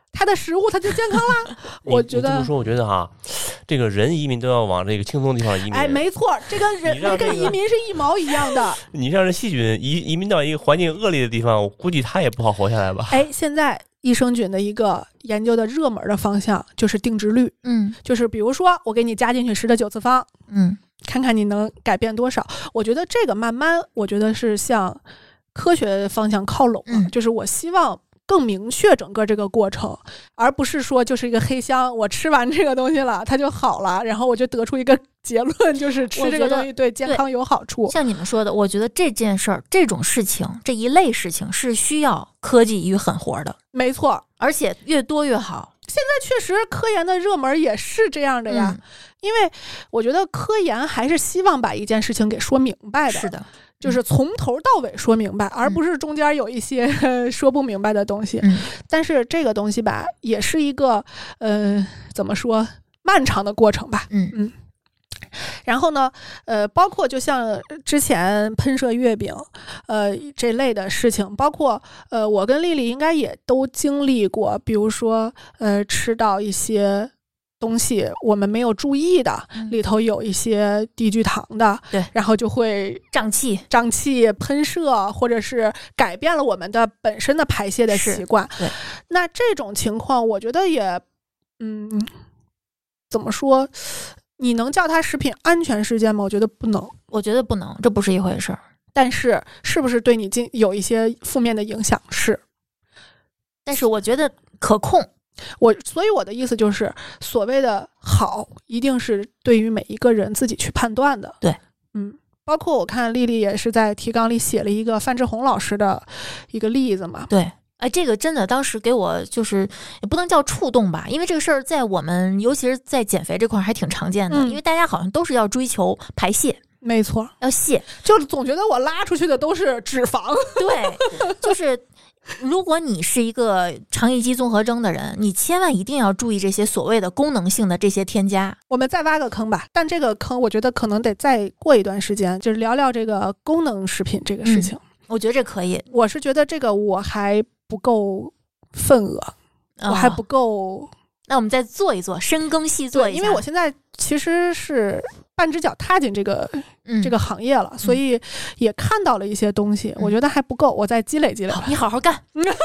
它的食物它就健康啦。我觉得这么说，我觉得哈，这个人移民都要往这个轻松地方移民。 哎，没错，这个人这个、 跟移民是一毛一样的。 你让这细菌移移民到一个环境恶劣的地方，我估计它也不好活下来吧。 哎，现在益生菌的一个研究的热门的方向就是定植率， 嗯， 就是比如说我给你加进去十的九次方， 嗯， 看看你能改变多少。我觉得这个慢慢，我觉得是向科学方向靠拢了， 嗯， 就是我希望更明确整个这个过程，而不是说就是一个黑箱，我吃完这个东西了它就好了，然后我就得出一个结论，就是吃这个东西对健康有好处。 像你们说的，我觉得这件事儿、这种事情、这一类事情是需要科技与狠活的。 没错， 而且越多越好。 现在确实科研的热门也是这样的呀，嗯、因为我觉得科研还是希望把一件事情给说明白的。 是的。 就是从头到尾说明白，嗯、而不是中间有一些、呃、说不明白的东西。 嗯、 但是这个东西吧，也是一个呃，怎么说，漫长的过程吧。 嗯嗯。然后呢，呃，包括就像之前喷射月饼，呃，这类的事情，包括呃，我跟丽丽应该也都经历过，比如说呃，吃到一些东西我们没有注意的， 嗯、 里头有一些低聚糖的， 对， 然后就会胀气、 胀气、喷射，或者是改变了我们的本身的排泄的习惯。 对， 那这种情况，我觉得也，嗯，怎么说？你能叫它食品安全事件吗？我觉得不能， 我觉得不能，这不是一回事儿。 但是，是不是对你进有一些负面的影响？是， 但是我觉得可控。 我所以我的意思就是，所谓的好，一定是对于每一个人自己去判断的。 对， 嗯，包括我看丽丽也是在提纲里写了一个范志红老师的一个例子嘛。 对。哎，这个真的当时给我就是也不能叫触动吧，因为这个事儿在我们尤其是在减肥这块还挺常见的， 嗯、 因为大家好像都是要追求排泄。 没错， 要泄， 就总觉得我拉出去的都是脂肪。 对，就是如果你是一个肠易激综合征的人，你千万一定要注意这些所谓的功能性的这些添加。 我们再挖个坑吧，但这个坑我觉得可能得再过一段时间，就是聊聊这个功能食品这个事情。 嗯、我觉得这可以， 我是觉得这个我还不够份额， 哦、 我还不够。 那我们再做一做，深耕细做一下。 因为我现在其实是半只脚踏进这个、嗯、这个行业了，所以也看到了一些东西，嗯、我觉得还不够，我再积累积累。 你好好干。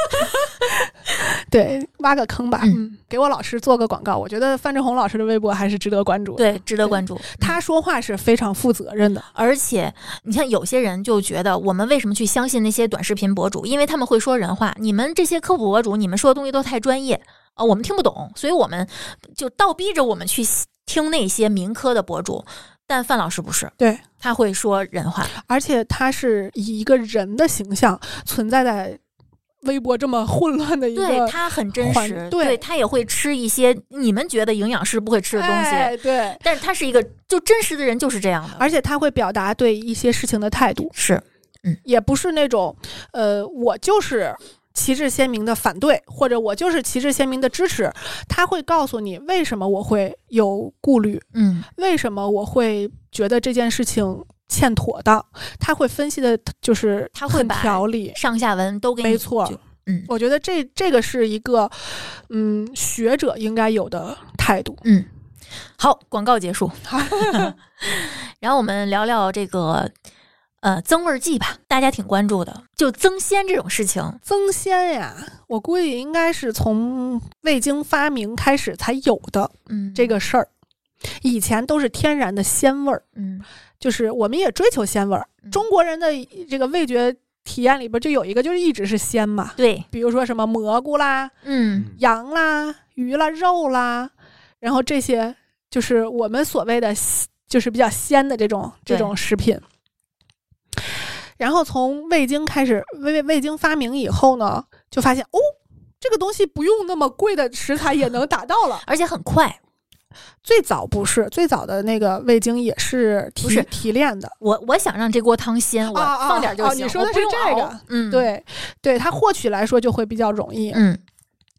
对，挖个坑吧， 嗯， 给我老师做个广告。我觉得范志红老师的微博还是值得关注的， 对，值得关注。 他说话是非常负责任的， 而且你看，有些人就觉得我们为什么去相信那些短视频博主？因为他们会说人话。你们这些科普博主，你们说的东西都太专业啊、呃，我们听不懂，所以我们就倒逼着我们去听那些民科的博主。但范老师不是， 对， 他会说人话， 而且他是以一个人的形象存在在微博这么混乱的一个， 对，他很真实， 对， 对他也会吃一些你们觉得营养师不会吃的东西， 哎、对， 但是他是一个就真实的人，就是这样的， 而且他会表达对一些事情的态度， 是，嗯， 也不是那种，呃，我就是旗帜鲜明的反对，或者我就是旗帜鲜明的支持，他会告诉你为什么我会有顾虑， 嗯， 为什么我会觉得这件事情欠妥当，他会分析的，就是他会把条理上下文都给你， 没错， 嗯， 我觉得这这个是一个嗯学者应该有的态度。 嗯，好，广告结束，然后我们聊聊这个呃增味剂吧，大家挺关注的，就增鲜这种事情。 增鲜呀，我估计应该是从味精发明开始才有的， 嗯， 这个事儿。以前都是天然的鲜味儿， 嗯， 就是我们也追求鲜味儿。 嗯、 中国人的这个味觉体验里边就有一个，就是一直是鲜嘛。 对， 比如说什么蘑菇啦， 嗯， 羊啦、鱼啦、肉啦，然后这些就是我们所谓的就是比较鲜的这种这种食品。然后从味精开始，味味精发明以后呢，就发现哦，这个东西不用那么贵的食材也能达到了， 而且很快。 最早不是最早的那个味精也是提不是提炼的。 我我想让这锅汤鲜，我放点就行。 啊啊啊、你说的是这个， 嗯， 对对，它获取来说就会比较容易。 嗯，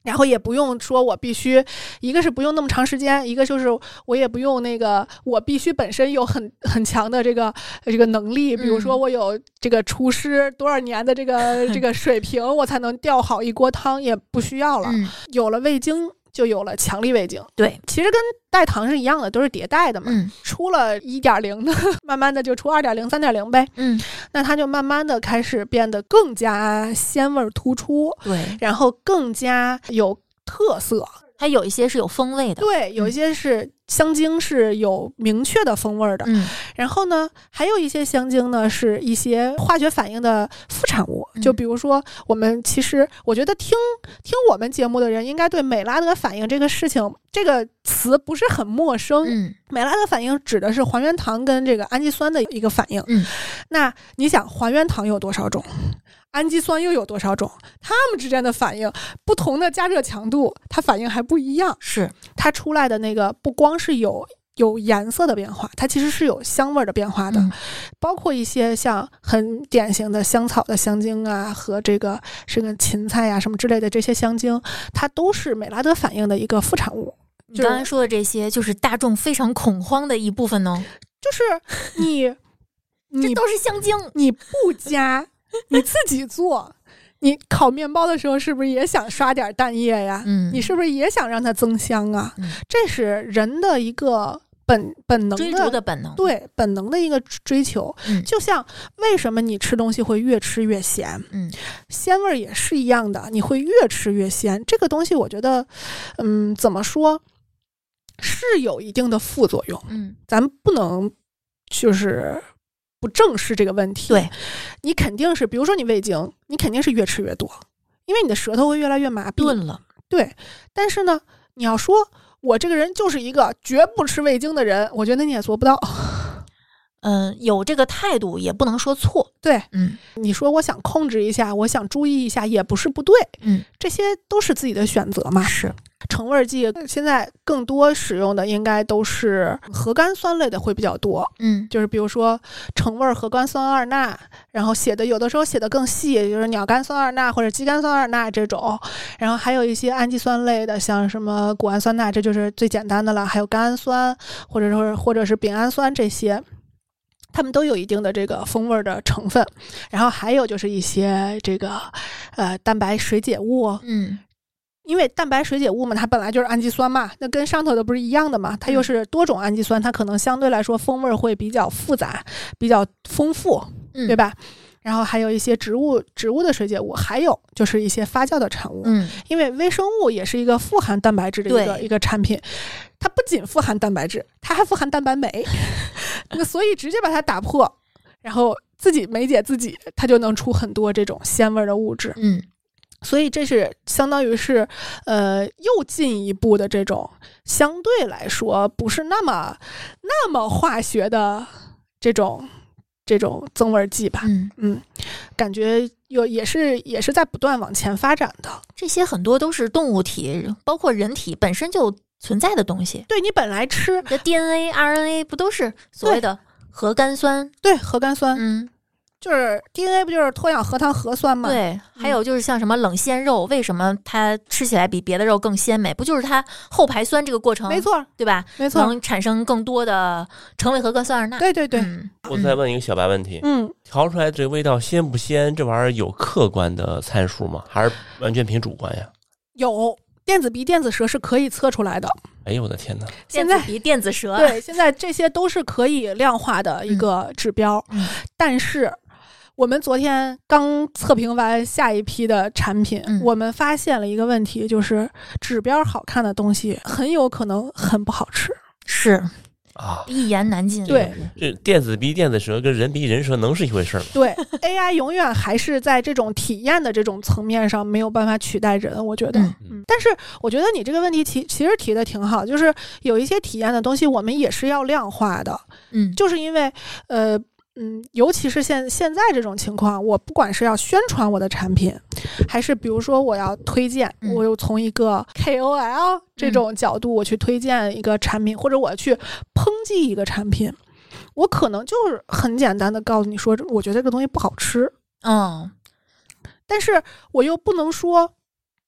然后也不用说我必须，一个是不用那么长时间，一个就是我也不用那个我必须本身有很很强的这个这个能力，比如说我有这个厨师多少年的这个这个水平，我才能调好一锅汤，也不需要了。 嗯、 有了味精，就有了强力味精。 对， 其实跟代糖是一样的，都是迭代的嘛。 嗯、 出了一点零的，慢慢的就出二点零、三点零呗。 嗯， 那它就慢慢的开始变得更加鲜味突出， 对， 然后更加有特色。 还有一些是有风味的， 对，有一些是香精是有明确的风味的。 嗯， 然后呢，还有一些香精呢是一些化学反应的副产物。 嗯、 就比如说，我们其实我觉得听听我们节目的人，应该对美拉德反应这个事情这个词不是很陌生。 嗯， 美拉德反应指的是还原糖跟这个氨基酸的一个反应。 嗯， 那你想，还原糖有多少种？氨基酸又有多少种？它们之间的反应，不同的加热强度，它反应还不一样。 是它出来的那个不光是有有颜色的变化，它其实是有香味的变化的。嗯、包括一些像很典型的香草的香精啊，和这个这个芹菜啊什么之类的这些香精，它都是美拉德反应的一个副产物。 你刚才说的这些，就是大众非常恐慌的一部分呢。 就是你， 你这都是香精， 你不加。你自己做，你烤面包的时候是不是也想刷点蛋液呀？ 嗯， 你是不是也想让它增香啊？ 嗯、 这是人的一个本本能的追逐的本能， 对本能的一个追求。 嗯、 就像为什么你吃东西会越吃越咸？ 嗯， 鲜味也是一样的，你会越吃越鲜。这个东西我觉得，嗯，怎么说，是有一定的副作用。 嗯， 咱不能就是不正视这个问题。 对， 你肯定是，比如说你味精，你肯定是越吃越多，因为你的舌头会越来越麻痹。 钝了。 对，但是呢，你要说我这个人就是一个绝不吃味精的人，我觉得你也做不到。 嗯、呃，有这个态度也不能说错。 对， 嗯， 你说我想控制一下，我想注意一下，也不是不对。 嗯， 这些都是自己的选择嘛。 是。 成味剂现在更多使用的应该都是核苷酸类的会比较多。 嗯， 就是比如说成味核苷酸二钠，然后写的有的时候写的更细，就是鸟苷酸二钠或者肌苷酸二钠这种。然后还有一些氨基酸类的，像什么谷氨酸钠，这就是最简单的了，还有甘氨酸或者说或者是丙氨酸这些，它们都有一定的这个风味的成分。然后还有就是一些这个呃蛋白水解物。 嗯， 因为蛋白水解物嘛，它本来就是氨基酸嘛，那跟上头的不是一样的嘛，它又是多种氨基酸，它可能相对来说风味会比较复杂，比较丰富， 嗯、 对吧？然后还有一些植物植物的水解物，还有就是一些发酵的产物。 嗯， 因为微生物也是一个富含蛋白质的一个一个产品，它不仅富含蛋白质，它还富含蛋白酶。那所以直接把它打破，然后自己酶解自己，它就能出很多这种鲜味的物质。 嗯。 所以这是相当于是，呃，又进一步的这种相对来说不是那么那么化学的这种这种增味剂吧。 嗯嗯，感觉有也是也是在不断往前发展的。 这些很多都是动物体，包括人体本身就存在的东西。 对，你本来吃的 D N A、R N A 不都是所谓的核苷酸？ 对，核苷酸。 嗯。 就是 D N A 不就是脱氧核糖核酸吗？ 对，还有就是像什么冷鲜肉，嗯、为什么它吃起来比别的肉更鲜美？不就是它后排酸这个过程？ 没错， 对吧？ 没错， 能产生更多的成为核苷酸二钠。 对对对。 嗯、 我再问一个小白问题， 嗯， 调出来这个味道鲜不鲜？这玩意儿有客观的参数吗？还是完全凭主观呀？ 有。电子鼻、电子舌是可以测出来的。 哎呦我的天哪！ 现在电子鼻、电子舌， 对，现在这些都是可以量化的一个指标。 嗯、 但是我们昨天刚测评完下一批的产品， 嗯、 我们发现了一个问题，就是指标好看的东西很有可能很不好吃。 是。 啊， 一言难尽。 对， 这电子鼻、电子舌跟人鼻、人舌能是一回事吗？ 对，A I 永远还是在这种体验的这种层面上没有办法取代人，我觉得。 嗯嗯，但是我觉得你这个问题提其实提的挺好，就是有一些体验的东西我们也是要量化的。 嗯， 就是因为呃。嗯，尤其是现现在这种情况，我不管是要宣传我的产品，还是比如说我要推荐， 嗯、 我又从一个 K O L 这种角度我去推荐一个产品，嗯、或者我去抨击一个产品，我可能就是很简单的告诉你说，我觉得这个东西不好吃。 嗯， 但是我又不能说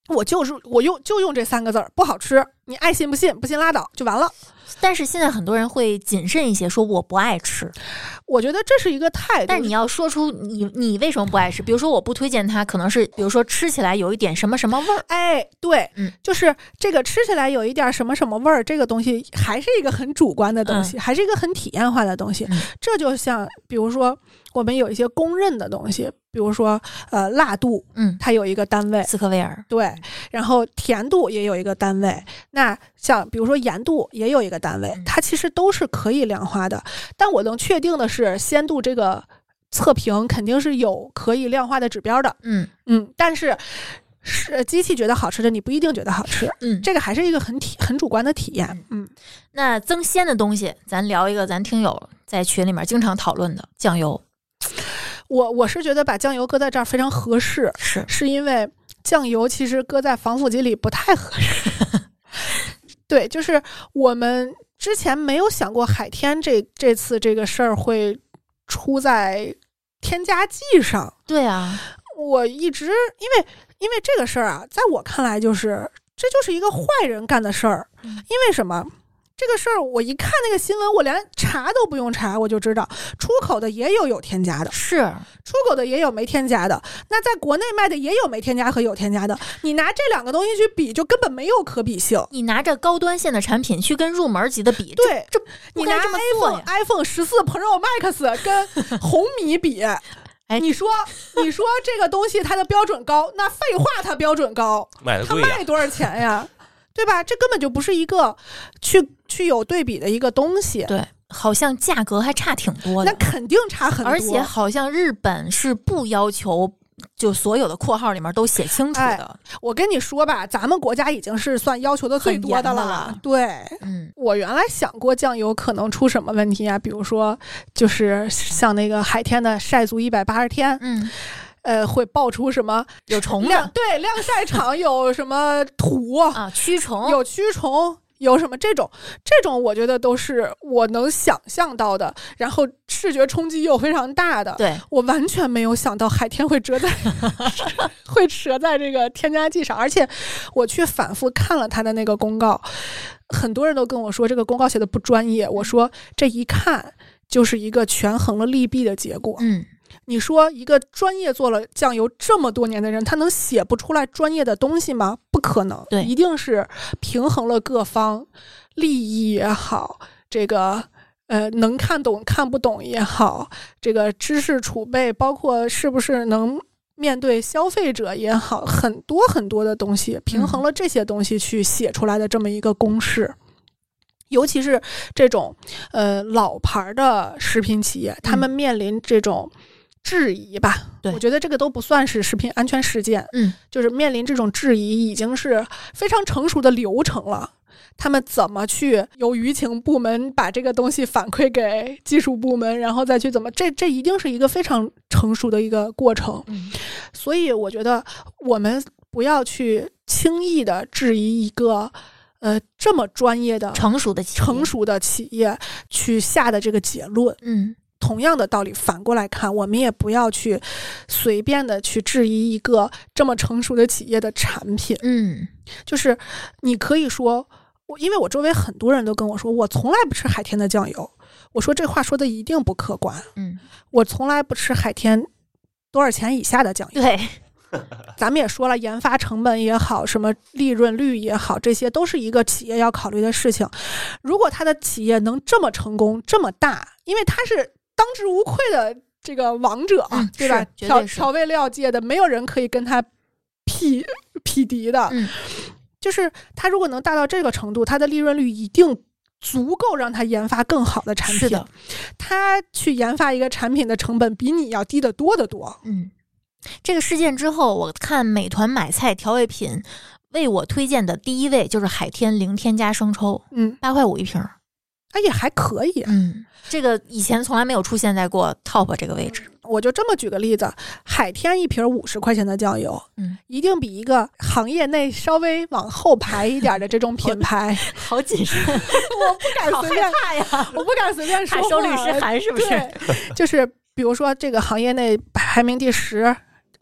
我就是我用就用这三个字儿，不好吃，你爱信不信，不信拉倒，就完了。 但是现在很多人会谨慎一些，说我不爱吃。 我觉得这是一个态度， 但你要说出你你为什么不爱吃。比如说我不推荐它，可能是比如说吃起来有一点什么什么味儿。 哎，对， 嗯， 就是这个吃起来有一点什么什么味儿，这个东西还是一个很主观的东西，嗯、还是一个很体验化的东西。 嗯、 这就像比如说我们有一些公认的东西，比如说呃辣度， 嗯， 它有一个单位， 斯科维尔， 对，然后甜度也有一个单位，那像比如说盐度也有一个单位， 嗯、 它其实都是可以量化的。但我能确定的是，鲜度这个测评肯定是有可以量化的指标的， 嗯嗯，但是是机器觉得好吃的，你不一定觉得好吃， 嗯， 这个还是一个很体很主观的体验，嗯。 那增鲜的东西，咱聊一个咱听友在群里面经常讨论的酱油。 我我是觉得把酱油搁在这儿非常合适， 是是因为酱油其实搁在防腐剂里不太合适。对，就是我们之前没有想过海天这这次这个事儿会出在添加剂上。 对啊， 我一直因为因为这个事儿啊，在我看来就是这就是一个坏人干的事儿。 嗯、 因为什么？这个事儿我一看那个新闻，我连查都不用查，我就知道出口的也有有添加的， 是出口的也有没添加的，那在国内卖的也有没添加和有添加的，你拿这两个东西去比，就根本没有可比性。 你拿着高端线的产品去跟入门级的比， 对， 这你拿 iPhone iPhone 十四 Pro Max 跟红米比。哎，你说，你说这个东西它的标准高，那废话，它标准高， 卖的贵呀， 它卖多少钱呀？对吧？这根本就不是一个去去有对比的一个东西。 对，好像价格还差挺多的。 那肯定差很多。 而且好像日本是不要求就所有的括号里面都写清楚的。 哎、我跟你说吧，咱们国家已经是算要求的最多的了。 了对， 嗯， 我原来想过酱油可能出什么问题啊？比如说，就是像那个海天的晒足一百八十天， 嗯。 呃，会爆出什么有虫子？ 对，晾晒场有什么土啊，蛆虫， 有蛆虫，有什么这种这种，我觉得都是我能想象到的，然后视觉冲击又非常大的。 对， 我完全没有想到海天会折在会折在这个添加剂上，而且我去反复看了他的那个公告，很多人都跟我说这个公告写的不专业。我说这一看就是一个权衡了利弊的结果。 嗯。 你说一个专业做了酱油这么多年的人，他能写不出来专业的东西吗？不可能， 对， 一定是平衡了各方利益也好，这个呃能看懂看不懂也好，这个知识储备，包括是不是能面对消费者也好，很多很多的东西，平衡了这些东西去写出来的这么一个公式。嗯，尤其是这种呃老牌的食品企业，他们面临这种质疑吧， 对， 我觉得这个都不算是食品安全事件， 嗯， 就是面临这种质疑已经是非常成熟的流程了。他们怎么去由舆情部门把这个东西反馈给技术部门，然后再去怎么，这这一定是一个非常成熟的一个过程。 嗯， 所以我觉得我们不要去轻易的质疑一个呃这么专业的成熟的企业成熟的企业去下的这个结论。 嗯。 同样的道理反过来看，我们也不要去随便的去质疑一个这么成熟的企业的产品。 嗯， 就是你可以说，我因为我周围很多人都跟我说，我从来不吃海天的酱油。我说这话说的一定不客观。 嗯， 我从来不吃海天多少钱以下的酱油。 对， 咱们也说了，研发成本也好，什么利润率也好，这些都是一个企业要考虑的事情。如果他的企业能这么成功这么大，因为他是当之无愧的这个王者， 嗯、 对吧？ 对调调味料界的，没有人可以跟他匹匹敌的。 嗯， 就是他如果能大到这个程度，他的利润率一定足够让他研发更好的产品。 是的， 他去研发一个产品的成本比你要低得多得多。 嗯，这个事件之后，我看美团买菜调味品为我推荐的第一位就是海天零添加生抽， 嗯， 八块五一瓶， 哎也还可以。 嗯，这个以前从来没有出现在过 top 这个位置。 我就这么举个例子，海天一瓶五十块钱的酱油， 嗯， 一定比一个行业内稍微往后排一点的这种品牌好谨慎， 我不敢随便， 好害怕呀， 我不敢随便说话。 怕收律师函是不是？ 对，就是比如说这个行业内排名第十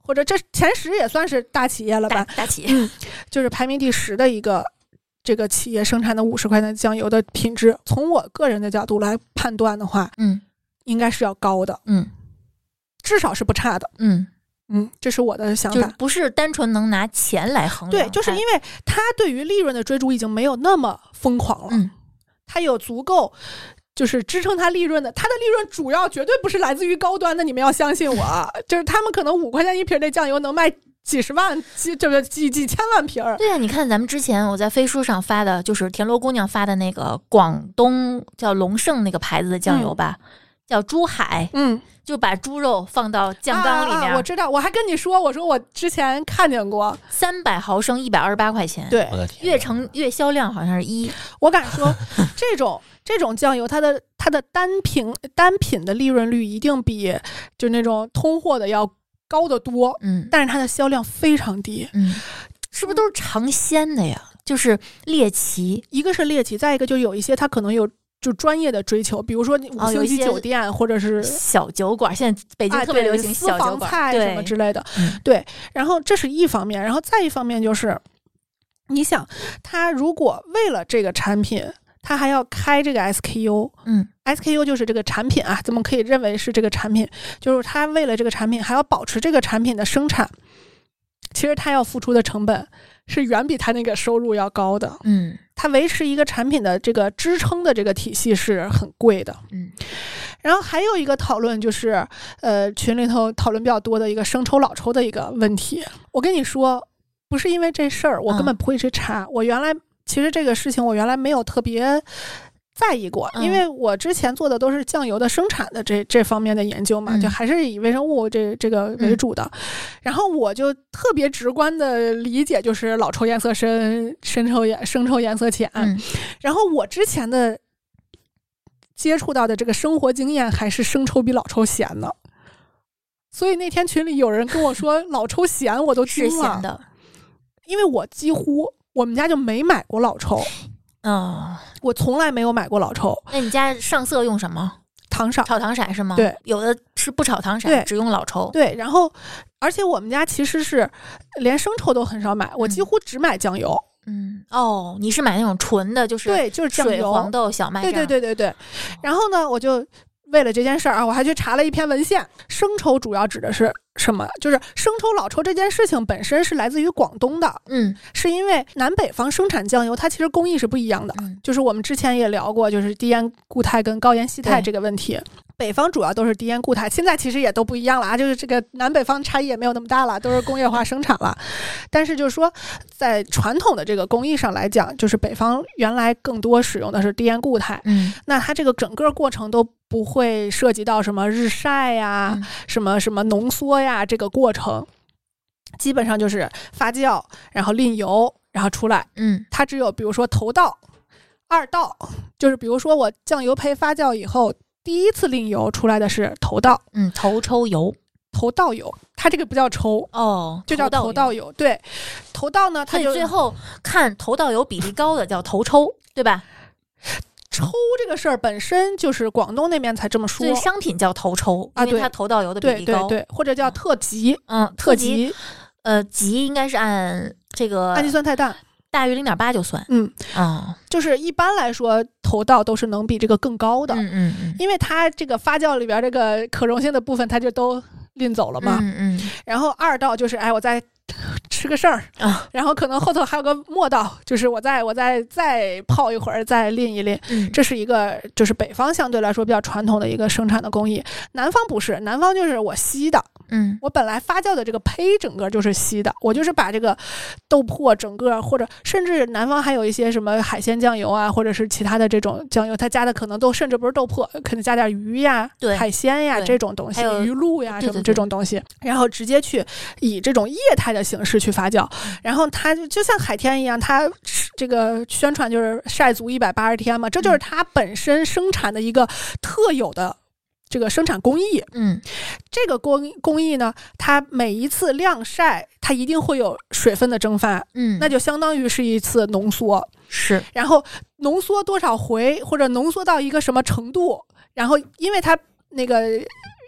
或者这前十也算是大企业了吧？ 大, 大企业、 嗯，就是排名第十的一个这个企业生产的五十块钱的酱油的品质，从我个人的角度来判断的话， 嗯， 应该是要高的， 嗯， 至少是不差的， 嗯嗯，这是我的想法， 就不是单纯能拿钱来衡量。 对，就是因为他对于利润的追逐已经没有那么疯狂了， 嗯， 他有足够。就是支撑它利润的，它的利润主要绝对不是来自于高端的，你们要相信我。就是他们可能五块钱一瓶的酱油能卖几十万、几这个几几千万瓶。 对啊，你看咱们之前我在飞书上发的，就是田螺姑娘发的那个广东叫龙盛那个牌子的酱油吧，嗯、叫珠海， 嗯， 就把猪肉放到酱缸里面、 啊啊。我知道，我还跟你说，我说我之前看见过， 三百毫升一百二十八块钱。 对， 月成月销量好像是一。 我敢说，这种。这种酱油它的它的单品单品的利润率一定比就那种通货的要高得多， 嗯， 但是它的销量非常低， 嗯，是不是都是尝鲜的呀？就是猎奇， 一个是猎奇，再一个就有一些它可能有就专业的追求，比如说五星级酒店、哦、或者是小酒馆，现在北京特别流行小酒馆、 哎、菜什么之类的，对。然后这是一方面，然后再一方面就是你想，他如果为了这个产品。他还要开这个 S K U， 嗯 ，S K U 就是这个产品啊，咱们可以认为是这个产品，就是他为了这个产品还要保持这个产品的生产，其实他要付出的成本是远比他那个收入要高的， 嗯， 他维持一个产品的这个支撑的这个体系是很贵的， 嗯， 然后还有一个讨论就是，呃，群里头讨论比较多的一个生抽老抽的一个问题，我跟你说，不是因为这事儿，我根本不会去查，嗯、我原来。其实这个事情我原来没有特别在意过，因为我之前做的都是酱油的生产的这这方面的研究嘛， 嗯、 就还是以微生物这这个为主的。嗯、然后我就特别直观的理解，就是老抽颜色深，生抽颜生抽颜色浅。 嗯、 然后我之前的接触到的这个生活经验还是生抽比老抽咸呢。所以那天群里有人跟我说老抽咸，我都惊了。 是咸的， 因为我几乎。我们家就没买过老抽， 嗯、哦， 我从来没有买过老抽。 那你家上色用什么？ 糖色， 炒糖色是吗？ 对， 有的是不炒糖色，只用老抽。 对，然后而且我们家其实是连生抽都很少买，我几乎只买酱油。 嗯，哦，你是买那种纯的，就是对，就是酱油、 水黄豆、小麦。 对对对对对。然后呢，我就为了这件事儿啊，我还去查了一篇文献，生抽主要指的是。什么？就是生抽、老抽这件事情本身是来自于广东的， 嗯， 是因为南北方生产酱油，它其实工艺是不一样的。 嗯、 就是我们之前也聊过，就是低盐固态跟高盐稀态这个问题。北方主要都是低盐固态，现在其实也都不一样了啊，就是这个南北方差异也没有那么大了，都是工业化生产了。但是就是说，在传统的这个工艺上来讲，就是北方原来更多使用的是低盐固态， 嗯， 那它这个整个过程都不会涉及到什么日晒呀、 嗯、 什么什么浓缩呀，这个过程基本上就是发酵，然后淋油，然后出来。 嗯， 它只有比如说头道、二道，就是比如说我酱油胚发酵以后，第一次淋油出来的是头道， 嗯，头抽油。 头道油，它这个不叫抽哦， 就叫头道油。对，头道呢，它就最后看头道油比例高的叫头抽，对吧？ 抽这个事儿本身就是广东那边才这么说， 所以商品叫头抽，因为它头道油的比例高， 对对对，或者叫特级， 嗯， 特级， 呃，级应该是按这个氨基酸肽氮大于零点八就算， 嗯啊、哦， 就是一般来说头道都是能比这个更高的， 嗯嗯嗯， 因为它这个发酵里边这个可溶性的部分它就都拎走了嘛， 嗯嗯， 然后二道就是哎我再吃个事儿啊， 然后可能后头还有个末道，就是我再我再再泡一会儿再淋一淋， 嗯， 这是一个就是北方相对来说比较传统的一个生产的工艺，南方不是，南方就是我稀的。 嗯， 我本来发酵的这个胚整个就是稀的，我就是把这个豆粕整个，或者甚至南方还有一些什么海鲜酱油啊，或者是其他的这种酱油，它加的可能都甚至不是豆粕，可能加点鱼呀、 对海鲜呀这种东西，鱼露呀什么这种东西，然后直接去以这种液态的形式去发酵，然后它就就像海天一样，它这个宣传就是晒足一百八十天嘛，这就是它本身生产的一个特有的这个生产工艺。 嗯， 这个工工艺呢，它每一次晾晒，它一定会有水分的蒸发， 嗯， 那就相当于是一次浓缩， 是， 然后浓缩多少回，或者浓缩到一个什么程度，然后因为它那个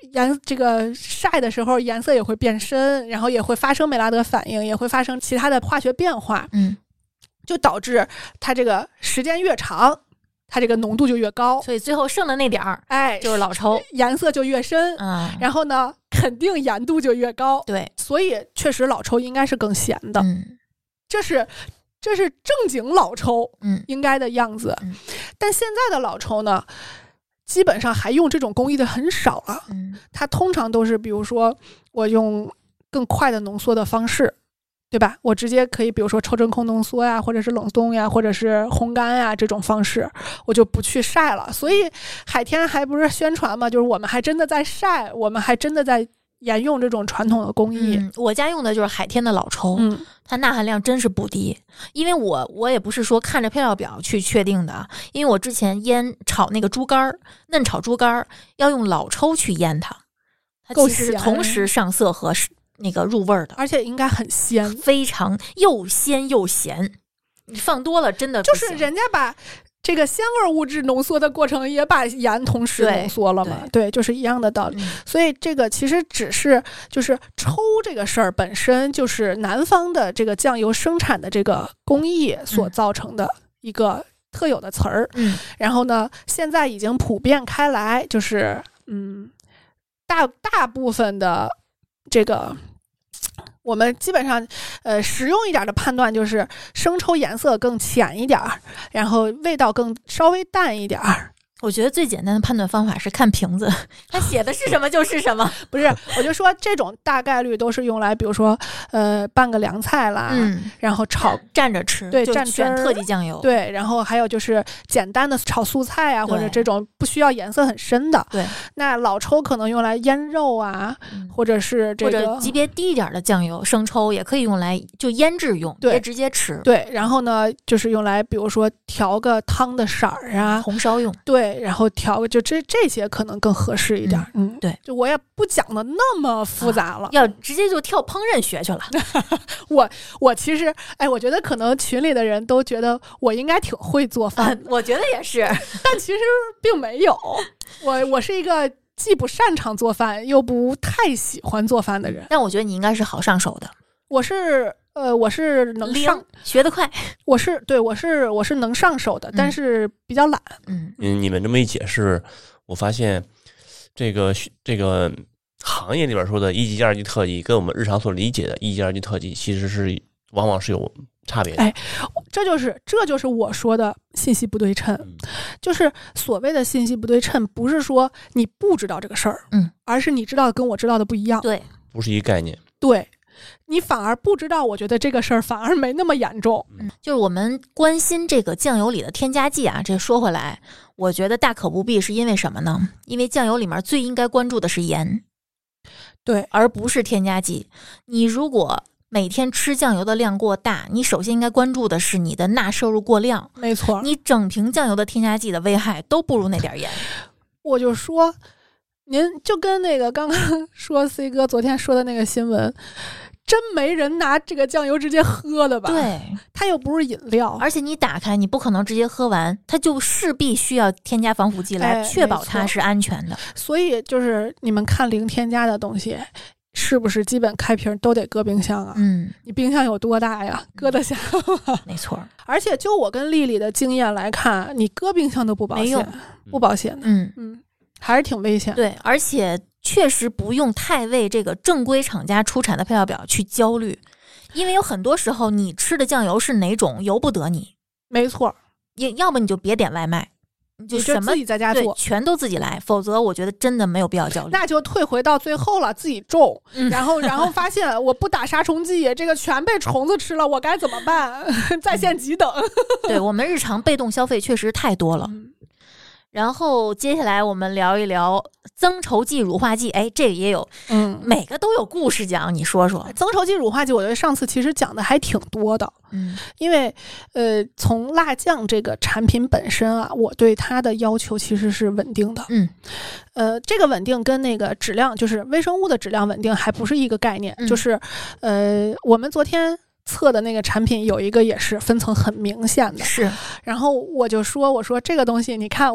颜这个晒的时候颜色也会变深，然后也会发生美拉德反应，也会发生其他的化学变化， 嗯， 就导致它这个时间越长，它这个浓度就越高， 所以最后剩的那点儿， 哎， 就是老抽， 颜色就越深， 嗯， 然后呢，肯定盐度就越高， 对， 所以确实老抽应该是更咸的， 嗯， 这是这是正经老抽， 嗯， 应该的样子， 嗯， 但现在的老抽呢，基本上还用这种工艺的很少了， 嗯， 它通常都是比如说我用更快的浓缩的方式，对吧？我直接可以比如说抽真空浓缩呀，或者是冷冻呀，或者是烘干呀，这种方式我就不去晒了。所以海天还不是宣传嘛，就是我们还真的在晒，我们还真的在沿用这种传统的工艺。 嗯，我家用的就是海天的老抽， 嗯， 它钠含量真是不低。因为我我也不是说看着配料表去确定的，因为我之前腌炒那个猪肝儿，嫩炒猪肝儿要用老抽去腌它，它其实是同时上色和那个入味儿的， 而且应该很鲜， 非常又鲜又咸。你放多了真的就是人家把这个鲜味物质浓缩的过程也把盐同时浓缩了嘛， 对, 对，就是一样的道理、嗯、所以这个其实只是就是抽这个事儿本身就是南方的这个酱油生产的这个工艺所造成的一个特有的词儿、 嗯、 然后呢现在已经普遍开来，就是嗯大大部分的这个我们基本上呃实用一点的判断就是生抽颜色更浅一点，然后味道更稍微淡一点。 我觉得最简单的判断方法是看瓶子，它写的是什么就是什么。 不是，我就说这种大概率都是用来比如说呃拌个凉菜啦、 嗯、 然后炒蘸着吃， 对， 就蘸选特级酱油， 对，然后还有就是简单的炒素菜啊，或者这种不需要颜色很深的。 对， 那老抽可能用来腌肉啊、嗯、或者是这个或者级别低一点的酱油生抽也可以用来就腌制用， 对， 别直接吃。 对，然后呢就是用来比如说调个汤的色儿啊， 红烧用， 对，然后调个就这这些可能更合适一点。 嗯, 嗯对， 就我也不讲的那么复杂了、啊、 要直接就跳烹饪学去了。 我我其实哎我觉得可能群里的人都觉得我应该挺会做饭、啊、 我觉得也是， 但其实并没有。我我是一个既不擅长做饭又不太喜欢做饭的人， 但我觉得你应该是好上手的。 我是呃，我是能上学得快， 我是对我是我是能上手的、嗯，但是比较懒。 嗯嗯，你们这么一解释，我发现这个这个行业里边说的一级、二级特级，跟我们日常所理解的一级、二级特级，其实是往往是有差别的。 哎，这就是这就是我说的信息不对称、嗯，就是所谓的信息不对称，不是说你不知道这个事儿， 嗯， 而是你知道跟我知道的不一样， 对， 不是一个概念， 对。你反而不知道，我觉得这个事儿反而没那么严重。 嗯，就是我们关心这个酱油里的添加剂啊，这说回来，我觉得大可不必，是因为什么呢？因为酱油里面最应该关注的是盐， 对， 而不是添加剂。你如果每天吃酱油的量过大，你首先应该关注的是你的钠摄入过量。 没错， 你整瓶酱油的添加剂的危害都不如那点盐。 我就说，您就跟那个刚刚说 C 哥昨天说的那个新闻。真没人拿这个酱油直接喝的吧？ 对， 它又不是饮料， 而且你打开，你不可能直接喝完，它就势必需要添加防腐剂来确保它是安全的。 哎、所以就是你们看零添加的东西，是不是基本开瓶都得搁冰箱啊？ 嗯， 你冰箱有多大呀？搁得下吗？ 没错。 而且就我跟丽丽的经验来看，你搁冰箱都不保险，不保险的。 嗯嗯，还是挺危险。 对，而且。确实不用太为这个正规厂家出产的配料表去焦虑，因为有很多时候你吃的酱油是哪种由不得你。 没错， 也要么你就别点外卖，你就什么自己在家做， 全都自己来，否则我觉得真的没有必要焦虑。 那就退回到最后了，自己种，嗯、然后然后发现我不打杀虫剂，这个全被虫子吃了，我该怎么办？在线急等。 对，我们日常被动消费确实太多了。嗯，然后接下来我们聊一聊增稠剂、乳化剂，哎，这个也有， 嗯， 每个都有故事讲，你说说。 增稠剂、乳化剂，我觉得上次其实讲的还挺多的， 嗯， 因为呃，从辣酱这个产品本身啊，我对它的要求其实是稳定的， 嗯， 呃，这个稳定跟那个质量，就是微生物的质量稳定还不是一个概念， 嗯、 就是呃，我们昨天测的那个产品有一个也是分层很明显的， 是， 然后我就说，我说这个东西，你看我。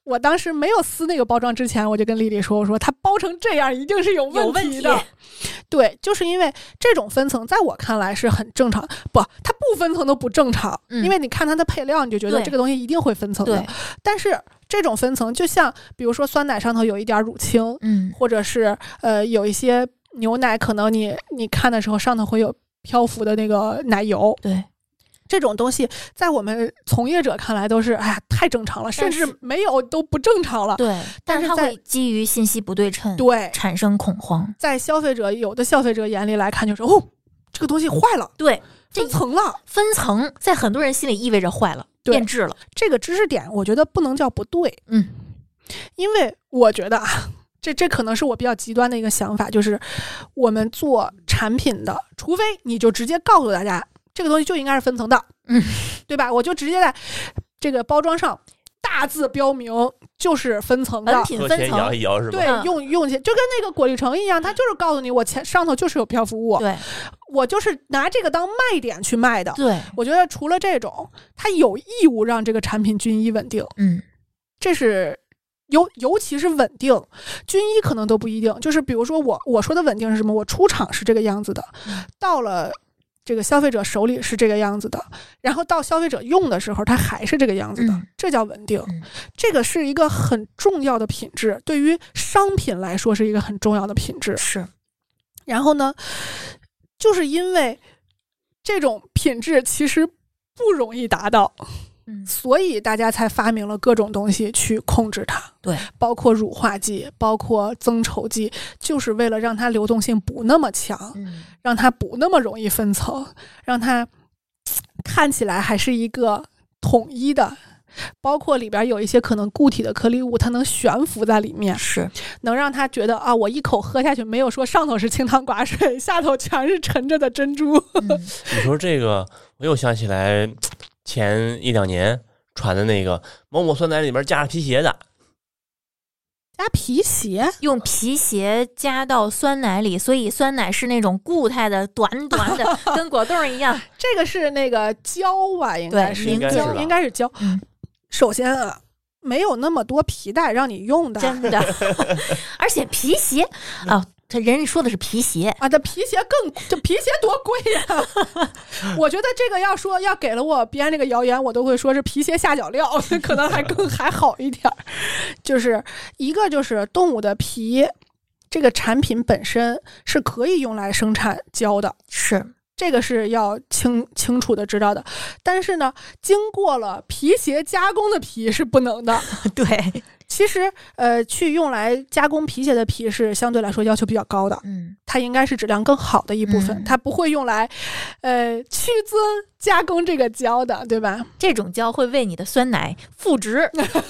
我当时没有撕那个包装之前，我就跟丽丽说，我说它包成这样一定是有问题的。 有问题对，就是因为这种分层在我看来是很正常，不，它不分层都不正常、嗯、因为你看它的配料你就觉得这个东西一定会分层的。但是这种分层就像比如说酸奶上头有一点乳清，嗯，或者是呃有一些牛奶可能你你看的时候上头会有漂浮的那个奶油， 对， 这种东西在我们从业者看来都是哎呀太正常了，甚至没有都不正常了。 对，但是它会基于信息不对称， 对， 产生恐慌。 在消费者有的消费者眼里来看就是哦，这个东西坏了， 对， 分层了， 分层在很多人心里意味着坏了，变质了。 这个知识点我觉得不能叫不对， 嗯， 因为我觉得啊。这这可能是我比较极端的一个想法，就是我们做产品的，除非你就直接告诉大家这个东西就应该是分层的，嗯，对吧？我就直接在这个包装上大字标明就是分层的， 本品分层， 摇一摇是吧？ 对，用用起就跟那个果粒橙一样，它就是告诉你我前上头就是有漂浮物， 对， 我就是拿这个当卖点去卖的。 对， 我觉得除了这种，它有义务让这个产品均一稳定， 嗯， 这是。尤尤其是稳定，均一可能都不一定。就是比如说我我说的稳定是什么？我出厂是这个样子的，到了这个消费者手里是这个样子的，然后到消费者用的时候它还是这个样子的， 嗯、 这叫稳定、 嗯。 这个是一个很重要的品质，对于商品来说是一个很重要的品质。 是。 然后呢，就是因为这种品质其实不容易达到。所以大家才发明了各种东西去控制它， 对， 包括乳化剂，包括增稠剂，就是为了让它流动性不那么强、嗯、让它不那么容易分层，让它看起来还是一个统一的，包括里边有一些可能固体的颗粒物，它能悬浮在里面， 是能让它觉得啊，我一口喝下去没有说上头是清汤寡水，下头全是沉着的珍珠、 嗯、 你说这个我又想起来前一两年传的那个某某酸奶里面加皮鞋的， 加皮鞋， 用皮鞋加到酸奶里，所以酸奶是那种固态的、短短的，跟果冻一样。 这个是那个胶吧，应该是凝胶， 应该是胶。 嗯、 首先啊，没有那么多皮带让你用的， 真的。而且皮鞋啊。哦他人家说的是皮鞋啊，这皮鞋更这皮鞋多贵呀、啊！我觉得这个要说要给了我编这个谣言，我都会说是皮鞋下脚料，可能还更还好一点。就是一个就是动物的皮，这个产品本身是可以用来生产胶的， 是这个是要清清楚的知道的。但是呢，经过了皮鞋加工的皮是不能的， 对。 其实，呃，去用来加工皮鞋的皮是相对来说要求比较高的， 嗯， 它应该是质量更好的一部分，嗯、它不会用来，呃，屈尊加工这个胶的，对吧？ 这种胶会为你的酸奶赋值，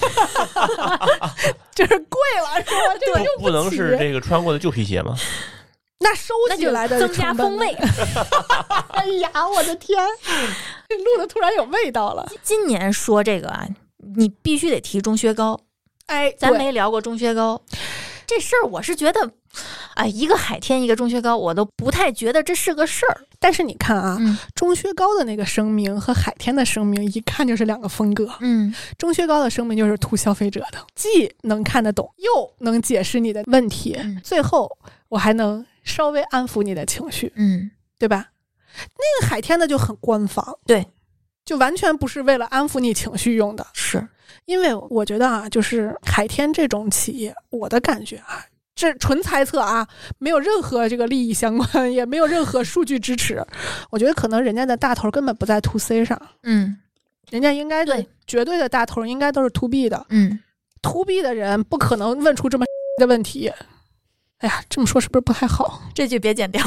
就是贵了，是吧？这个用不不能是这个穿过的旧皮鞋吗？ 那收起来的增加风味。 哎呀，我的天，录的突然有味道了。 今年说这个啊，你必须得提钟薛高。 哎， 咱没聊过钟薛高这事儿，我是觉得，啊，一个海天，一个钟薛高，我都不太觉得这是个事儿。 但是你看啊， 嗯、 钟薛高的那个声明和海天的声明，一看就是两个风格。 嗯， 钟薛高的声明就是图消费者的，既能看得懂，又能解释你的问题， 嗯、 最后我还能稍微安抚你的情绪， 嗯， 对吧？那个海天的就很官方， 对， 就完全不是为了安抚你情绪用的， 是。 因为我觉得啊，就是海天这种企业，我的感觉啊，这纯猜测啊，没有任何这个利益相关，也没有任何数据支持。我觉得可能人家的大头根本不在 to C 上， 嗯， 人家应该对绝对的大头应该都是 to B 的， 嗯 ，to B 的人不可能问出这么的问题。哎呀，这么说是不是不太好？ 这句别剪掉。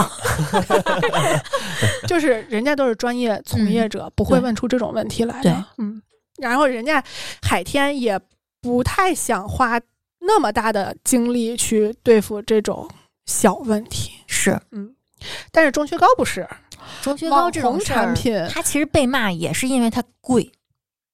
就是人家都是专业从业者，嗯、不会问出这种问题来的。嗯。然后人家海天也不太想花那么大的精力去对付这种小问题， 是， 嗯，但是钟薛高不是， 钟薛高这种产品， 它其实被骂也是因为它贵，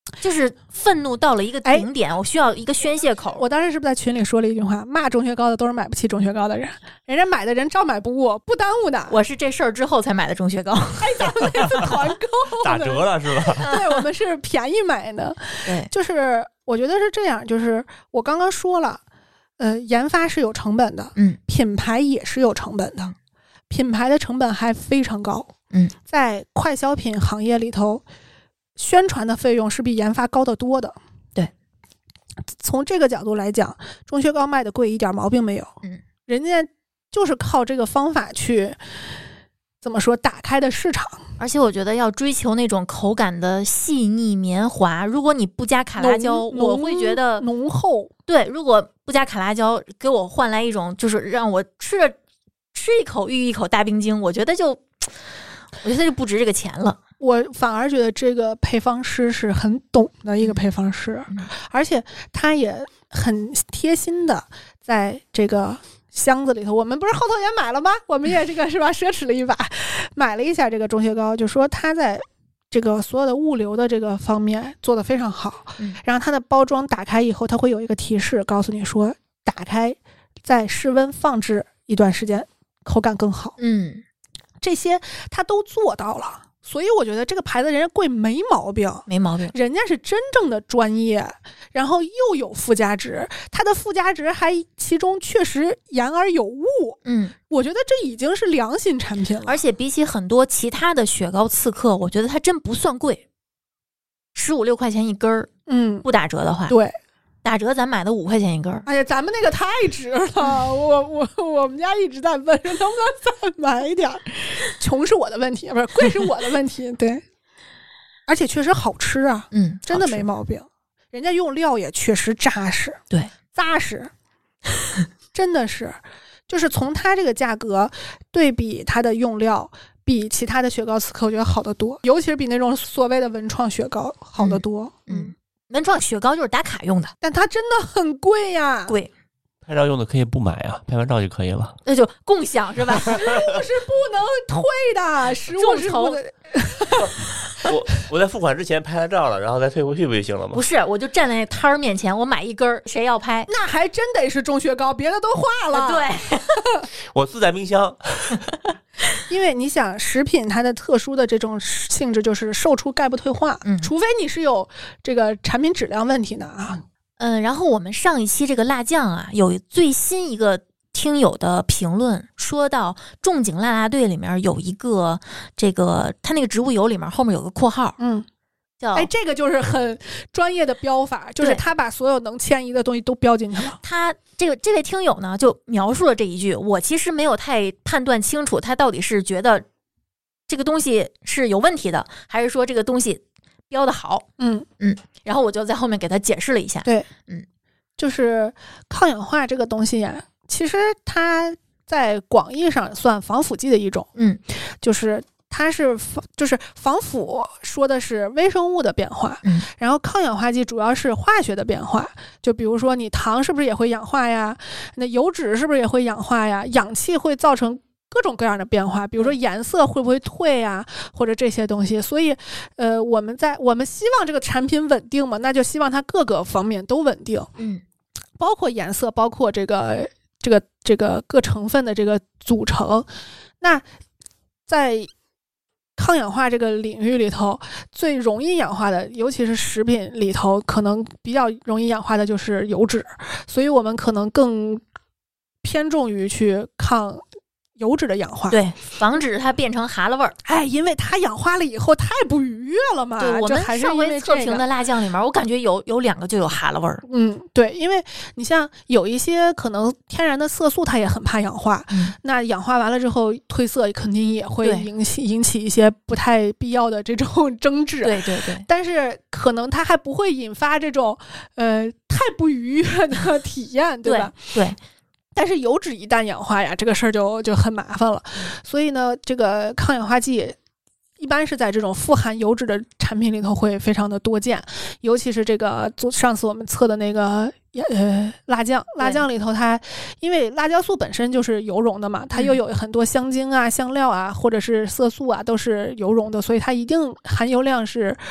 就是愤怒到了一个顶点，我需要一个宣泄口。 我当时是不是在群里说了一句话，骂钟薛高的都是买不起钟薛高的人，人家买的人照买不误，不耽误的。 我是这事儿之后才买的钟薛高， 哎，咱们那次团购打折了是吧？ 对，我们是便宜买的。 对， 就是我觉得是这样，就是我刚刚说了，呃，研发是有成本的， 嗯， 品牌也是有成本的，品牌的成本还非常高， 嗯， 在快消品行业里头。宣传的费用是比研发高得多的， 对。 从这个角度来讲，钟薛高卖的贵一点毛病没有， 嗯， 人家就是靠这个方法去怎么说打开的市场。 而且我觉得要追求那种口感的细腻绵滑，如果你不加卡拉椒，我会觉得浓厚。 对，如果不加卡拉椒，给我换来一种就是让我吃着吃一口遇一口大冰晶，我觉得就我觉得就不值这个钱了。 我反而觉得这个配方师是很懂的一个配方师， 嗯、 而且他也很贴心的在这个箱子里头，我们不是后头也买了吗？我们也这个是吧，奢侈了一把，买了一下这个钟薛高，就说他在这个所有的物流的这个方面做得非常好。 嗯、 然后它的包装打开以后，它会有一个提示告诉你说，打开在室温放置一段时间，口感更好。 嗯， 这些他都做到了。所以我觉得这个牌子人家贵没毛病， 没毛病， 人家是真正的专业，然后又有附加值，它的附加值还其中确实言而有物。 嗯， 我觉得这已经是良心产品了。 而且比起很多其他的雪糕刺客，我觉得它真不算贵，十五六块钱一根儿， 嗯， 不打折的话， 对。 打折咱买的五块钱一根儿。 哎呀，咱们那个太值了，我我我们家一直在问能不能再买一点。穷是我的问题，不是贵是我的问题。对，而且确实好吃啊， 嗯， 真的没毛病。人家用料也确实扎实， 对， 扎实，真的是，就是从它这个价格对比它的用料，比其他的雪糕刺客我觉得好得多，尤其是比那种所谓的文创雪糕好得多。 嗯。嗯，文创雪糕就是打卡用的， 但它真的很贵呀， 贵。 拍照用的可以不买啊，拍完照就可以了。 那就共享是吧？ 食物是不能退的，食物是不能。 我我在付款之前拍了照了，然后再退回去不就行了吗？ 不是，我就站在那摊儿面前，我买一根儿，谁要拍？ 那还真得是钟薛高，别的都化了。 对， 我自带冰箱。 因为你想，食品它的特殊的这种性质就是售出概不退化， 嗯， 除非你是有这个产品质量问题的啊。 嗯，然后我们上一期这个辣酱啊，有最新一个听友的评论说到，仲景辣辣队里面有一个这个，它那个植物油里面后面有个括号， 嗯， 叫哎，这个就是很专业的标法，就是他把所有能迁移的东西都标进去了。 他这个这位听友呢，就描述了这一句，我其实没有太判断清楚，他到底是觉得这个东西是有问题的，还是说这个东西标的好。 嗯嗯，然后我就在后面给他解释了一下。 对， 嗯， 就是抗氧化这个东西呀，其实它在广义上算防腐剂的一种。 嗯， 就是它是就是防腐说的是微生物的变化， 嗯， 然后抗氧化剂主要是化学的变化。就比如说你糖是不是也会氧化呀？那油脂是不是也会氧化呀？氧气会造成各种各样的变化，比如说颜色会不会退呀，或者这些东西。所以，呃，我们在我们希望这个产品稳定嘛，那就希望它各个方面都稳定， 嗯， 包括颜色，包括这个这个这个各成分的这个组成。那在抗氧化这个领域里头，最容易氧化的，尤其是食品里头，可能比较容易氧化的就是油脂，所以我们可能更偏重于去抗油脂的氧化， 对，防止它变成哈喇味儿。 哎，因为它氧化了以后太不愉悦了嘛。 对，我们上回测评的辣酱里面，我感觉有有两个就有哈喇味儿。 嗯，对，因为你像有一些可能天然的色素，它也很怕氧化， 嗯， 那氧化完了之后褪色，肯定也会引起引起一些不太必要的这种争执。 对对对， 但是可能它还不会引发这种呃太不愉悦的体验，对吧？ 对。对， 但是油脂一旦氧化呀，这个事儿就就很麻烦了。所以呢，这个抗氧化剂一般是在这种富含油脂的产品里头会非常的多见，尤其是这个上次我们测的那个呃辣酱，辣酱里头它因为辣椒素本身就是油溶的嘛，它又有很多香精啊、香料啊或者是色素啊都是油溶的，所以它一定含油量是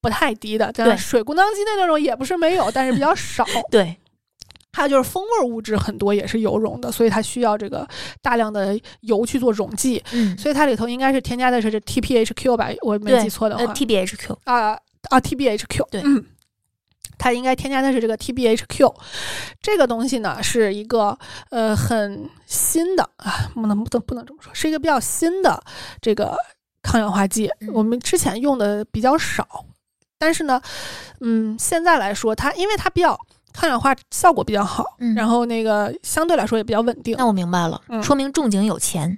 不太低的，对，水咕当鸡的那种也不是没有，但是比较少。 对。 还有就是风味物质很多也是油溶的，所以它需要这个大量的油去做溶剂， 嗯， 所以它里头应该是添加的是这 T P H Q 吧，我没记错的话， 呃 T B H Q 啊啊 T B H Q 对， 嗯，它应该添加的是这个 T B H Q 这个东西呢，是一个呃很新的啊，不能不能不能这么说，是一个比较新的这个抗氧化剂， 嗯、 我们之前用的比较少，但是呢，嗯，现在来说它因为它比较。抗氧化效果比较好， 嗯， 然后那个相对来说也比较稳定。 那我明白了， 嗯、 说明仲景有钱，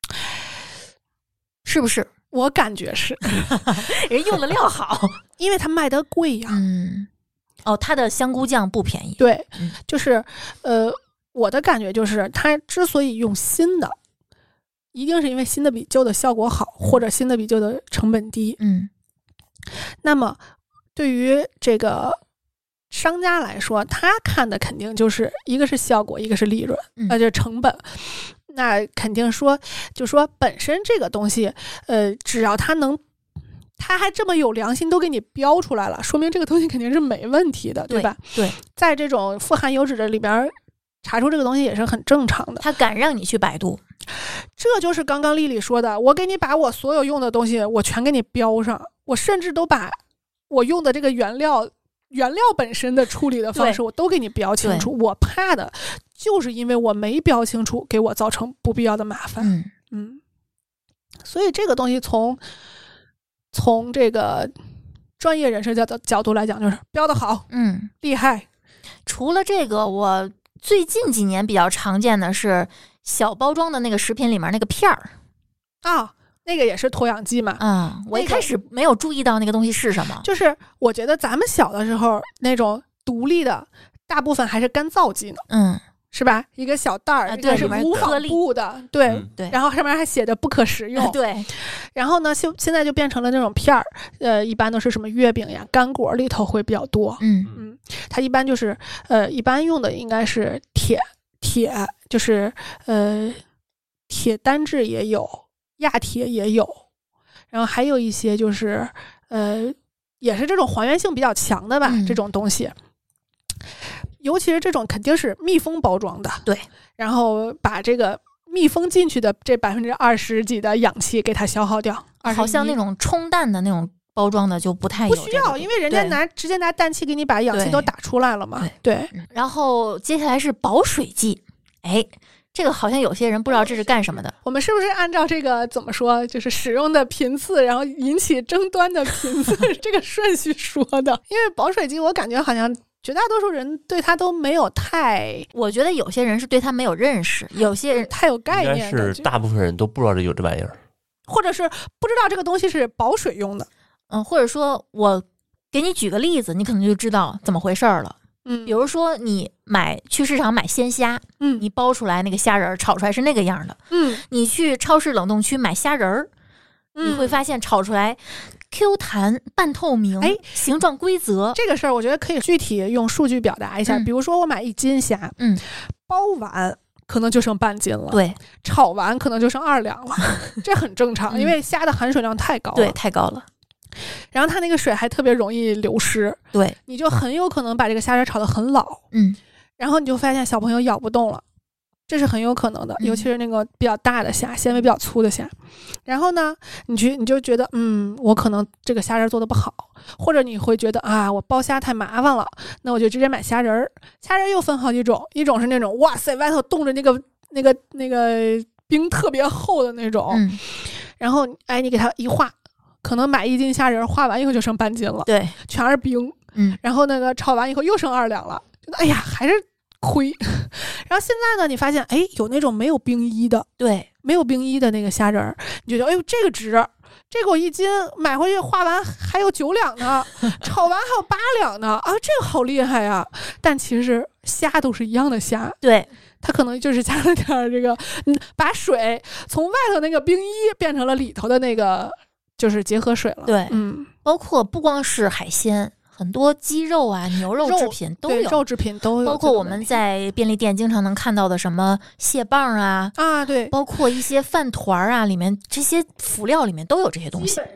是不是？ 我感觉是， 人用的料好， 因为它卖的贵呀。 嗯，哦，它的香菇酱不便宜。 对， 嗯、 就是呃，我的感觉就是它之所以用新的，一定是因为新的比旧的效果好，或者新的比旧的成本低。 嗯， 那么对于这个。商家来说，他看的肯定就是一个是效果，一个是利润， 嗯、 呃，就是成本。那肯定说，就说本身这个东西，呃，只要它能，它还这么有良心，都给你标出来了，说明这个东西肯定是没问题的， 对吧？ 对， 在这种富含油脂的里边，查出这个东西也是很正常的。 他敢让你去百度， 这就是刚刚丽丽说的，我给你把我所有用的东西，我全给你标上，我甚至都把我用的这个原料。原料本身的处理的方式我都给你标清楚，我怕的就是因为我没标清楚，给我造成不必要的麻烦。 嗯嗯，所以这个东西从从这个专业人士角角度来讲，就是标的好， 嗯， 厉害。 除了这个，我最近几年比较常见的是小包装的那个食品里面那个片儿啊。那个也是脱氧剂嘛？ 嗯，我一开始没有注意到那个东西是什么。 就是我觉得咱们小的时候那种独立的，大部分还是干燥剂呢。 嗯， 是吧？一个小袋儿， 啊、对， 是无纺布的，对、 嗯、 对。然后上面还写着不可食用， 对。 然后呢，就现在就变成了那种片儿，呃，一般都是什么月饼呀、干果里头会比较多。 嗯嗯，它一般就是呃，一般用的应该是铁铁，就是呃，铁单质也有。亚铁也有，然后还有一些就是呃，也是这种还原性比较强的吧、嗯、这种东西，尤其是这种肯定是密封包装的， 对， 然后把这个密封进去的这百分之二十几的氧气给它消耗掉， 好像那种冲淡的那种包装的就不太有、这个、 不需要，因为人家拿直接拿氮气给你把氧气都打出来了嘛，对。对对，然后接下来是保水剂，哎。这个好像有些人不知道这是干什么的。 我们是不是按照这个怎么说，就是使用的频次，然后引起争端的频次这个顺序说的？因为保水剂，我感觉好像绝大多数人对它都没有太， 我觉得有些人是对它没有认识，有些人太有概念， 应该是大部分人都不知道这有这玩意儿， 或者是不知道这个东西是保水用的。 嗯，或者说我给你举个例子，你可能就知道怎么回事了。 嗯， 比如说你买去市场买鲜虾， 嗯， 你剥出来那个虾仁炒出来是那个样的， 嗯， 你去超市冷冻区买虾仁儿，嗯，你会发现炒出来 Q 弹半透明， 哎， 形状规则。 这个事儿我觉得可以具体用数据表达一下， 嗯、 比如说我买一斤虾， 嗯， 剥完可能就剩半斤了， 对， 炒完可能就剩二两了，这很正常，因为虾的含水量太高了， 对，太高了。 然后它那个水还特别容易流失， 对， 你就很有可能把这个虾仁炒得很老， 嗯， 然后你就发现小朋友咬不动了，这是很有可能的，尤其是那个比较大的虾，纤维比较粗的虾。然后呢，你去你就觉得，嗯，我可能这个虾仁做的不好，或者你会觉得啊，我剥虾太麻烦了，那我就直接买虾仁儿。虾仁又分好几种，一种是那种哇塞外头冻着那个那个那个冰特别厚的那种， 嗯， 然后哎你给它一化。可能买一斤虾仁化完以后就剩半斤了， 对， 全是冰， 嗯， 然后那个炒完以后又剩二两了，觉得哎呀还是亏。然后现在呢，你发现哎有那种没有冰衣的， 对， 没有冰衣的那个虾仁，你觉得哎呦这个值，这个我一斤买回去化完还有九两呢，炒完还有八两呢，啊这个好厉害呀！但其实虾都是一样的虾， 对。 它可能就是加了点这个，嗯，把水从外头那个冰衣变成了里头的那个。就是结合水了， 对， 嗯， 包括不光是海鲜，很多鸡肉啊、牛肉制品都有， 肉制品都有， 包括我们在便利店经常能看到的什么蟹棒啊， 啊，对， 包括一些饭团啊，里面这些辅料里面都有这些东西。 基本上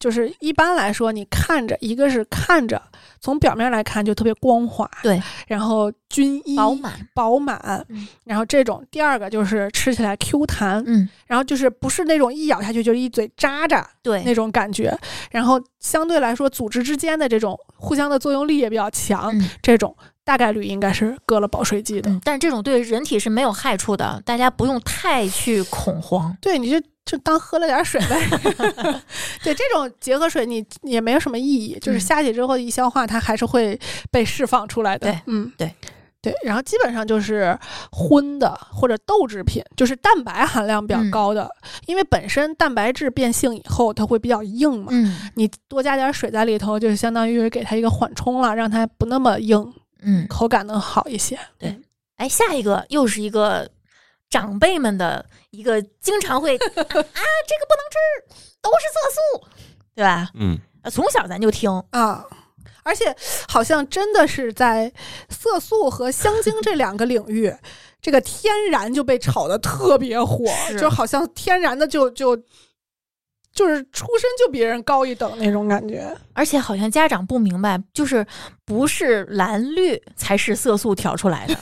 就是一般来说，你看着一个是看着，从表面来看就特别光滑， 对， 然后均一饱满饱满、 嗯， 然后这种第二个就是吃起来 Q 弹， 嗯， 然后就是不是那种一咬下去就是一嘴渣渣， 对那种感觉，然后相对来说组织之间的这种互相的作用力也比较强， 嗯、 这种大概率应该是搁了保水剂的、 嗯，但是这种对人体是没有害处的，大家不用太去恐慌。 对，你就就当喝了点水呗。对，这种结合水你也没有什么意义，就是下去之后一消化，它还是会被释放出来的。 对， 嗯， 对。 对，然后基本上就是荤的或者豆制品，就是蛋白含量比较高的、嗯、因为本身蛋白质变性以后它会比较硬嘛、 嗯、 你多加点水在里头，就相当于给它一个缓冲了，让它不那么硬， 嗯， 口感能好一些。 对，哎，下一个又是一个长辈们的一个经常会啊，这个不能吃，都是色素，对吧？ 嗯， 从小咱就听啊。而且好像真的是在色素和香精这两个领域，这个天然就被炒得特别火，就好像天然的就就就是出身就比人高一等那种感觉。 而且好像家长不明白，就是不是蓝绿才是色素调出来的。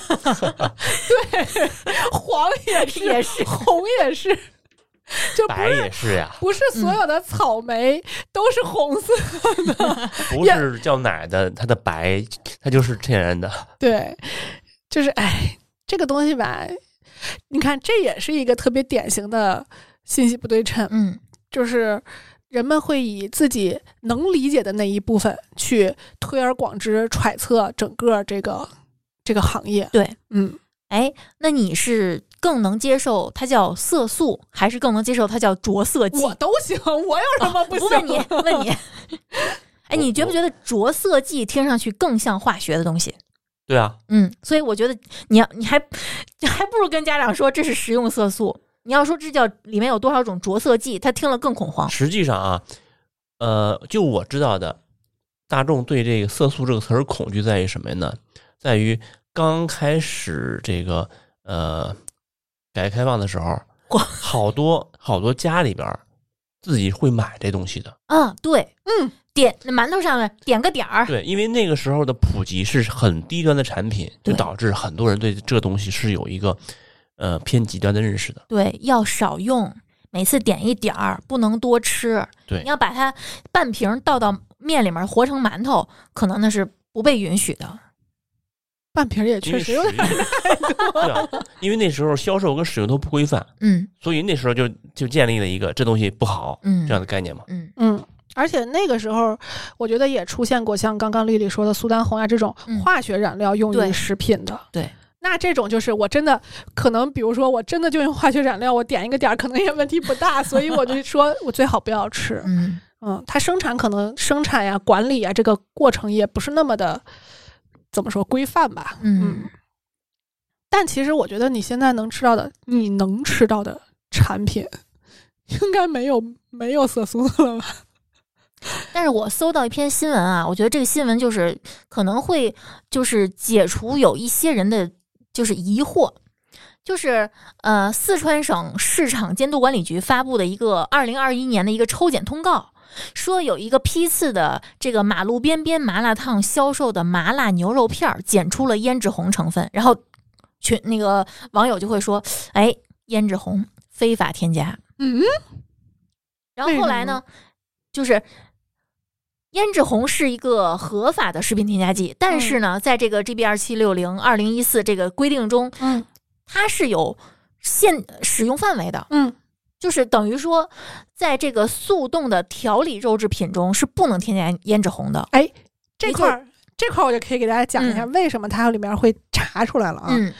对，黄也是， 也是， 红也是。就白也是呀， 不是所有的草莓、嗯、都是红色的， 不是叫奶的，它的白它就是天然的。 对，就是哎，这个东西吧，你看这也是一个特别典型的信息不对称。 嗯， 就是人们会以自己能理解的那一部分去推而广之，揣测整个这个这个行业。 对， 嗯。 哎，那你是更能接受它叫色素，还是更能接受它叫着色剂？ 我都行，我有什么不行？ 哦、不问你，问你。哎，你觉不觉得着色剂听上去更像化学的东西？ 对啊， 嗯，所以我觉得你要，你还你还不如跟家长说这是食用色素。你要说这叫里面有多少种着色剂，他听了更恐慌。 实际上啊，呃，就我知道的，大众对这个色素这个词儿恐惧在于什么呢？在于刚开始这个呃改革开放的时候，好多好多家里边自己会买这东西的。 嗯，对， 嗯， 点馒头上面点个点儿。 对，因为那个时候的普及是很低端的产品，就导致很多人对这个东西是有一个呃偏极端的认识的。 对，要少用，每次点一点儿，不能多吃。 对， 你要把它半瓶倒到面里面和成馒头，可能那是不被允许的。 半瓶也确实有点太多。 对啊，因为那时候销售跟使用都不规范， 嗯， 所以那时候就就建立了一个这东西不好， 嗯， 这样的概念嘛。 嗯嗯，而且那个时候，我觉得也出现过像刚刚丽丽说的苏丹红啊这种化学染料用于食品的。 嗯、对。对， 那这种就是我真的可能，比如说我真的就用化学染料，我点一个点可能也问题不大，所以我就说我最好不要吃。 嗯嗯，它生产可能生产呀、管理呀这个过程也不是那么的怎么说规范吧。 嗯。 嗯，但其实我觉得你现在能吃到的，你能吃到的产品，应该没有没有色素了吧？ 但是我搜到一篇新闻啊，我觉得这个新闻就是可能会就是解除有一些人的就是疑惑，就是呃四川省市场监督管理局发布的一个二零二一年的一个抽检通告，说有一个批次的这个马路边边麻辣烫销售的麻辣牛肉片检出了胭脂红成分，然后群那个网友就会说，哎，胭脂红非法添加。 嗯， 然后后来呢，就是胭脂红是一个合法的食品添加剂，但是呢，嗯、在这个 G B 二七六零二零一四这个规定中， 嗯， 它是有限使用范围的， 嗯， 就是等于说，在这个速冻的调理肉制品中是不能添加胭脂红的。 哎，这块儿这块儿我就可以给大家讲一下， 嗯、 为什么它里面会查出来了啊？ 嗯，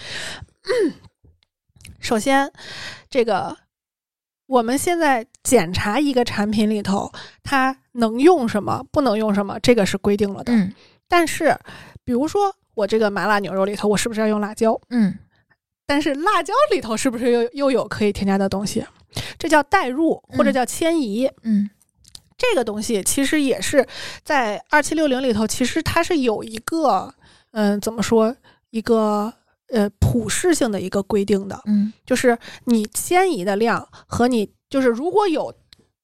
首先，这个我们现在检查一个产品里头，它能用什么，不能用什么，这个是规定了的。 嗯， 但是，比如说我这个麻辣牛肉里头，我是不是要用辣椒？ 嗯， 但是辣椒里头是不是又又有可以添加的东西？这叫代入或者叫迁移。 嗯。嗯， 这个东西其实也是在二七六零里头，其实它是有一个，嗯、呃，怎么说，一个呃普适性的一个规定的， 嗯， 就是你迁移的量和你就是如果有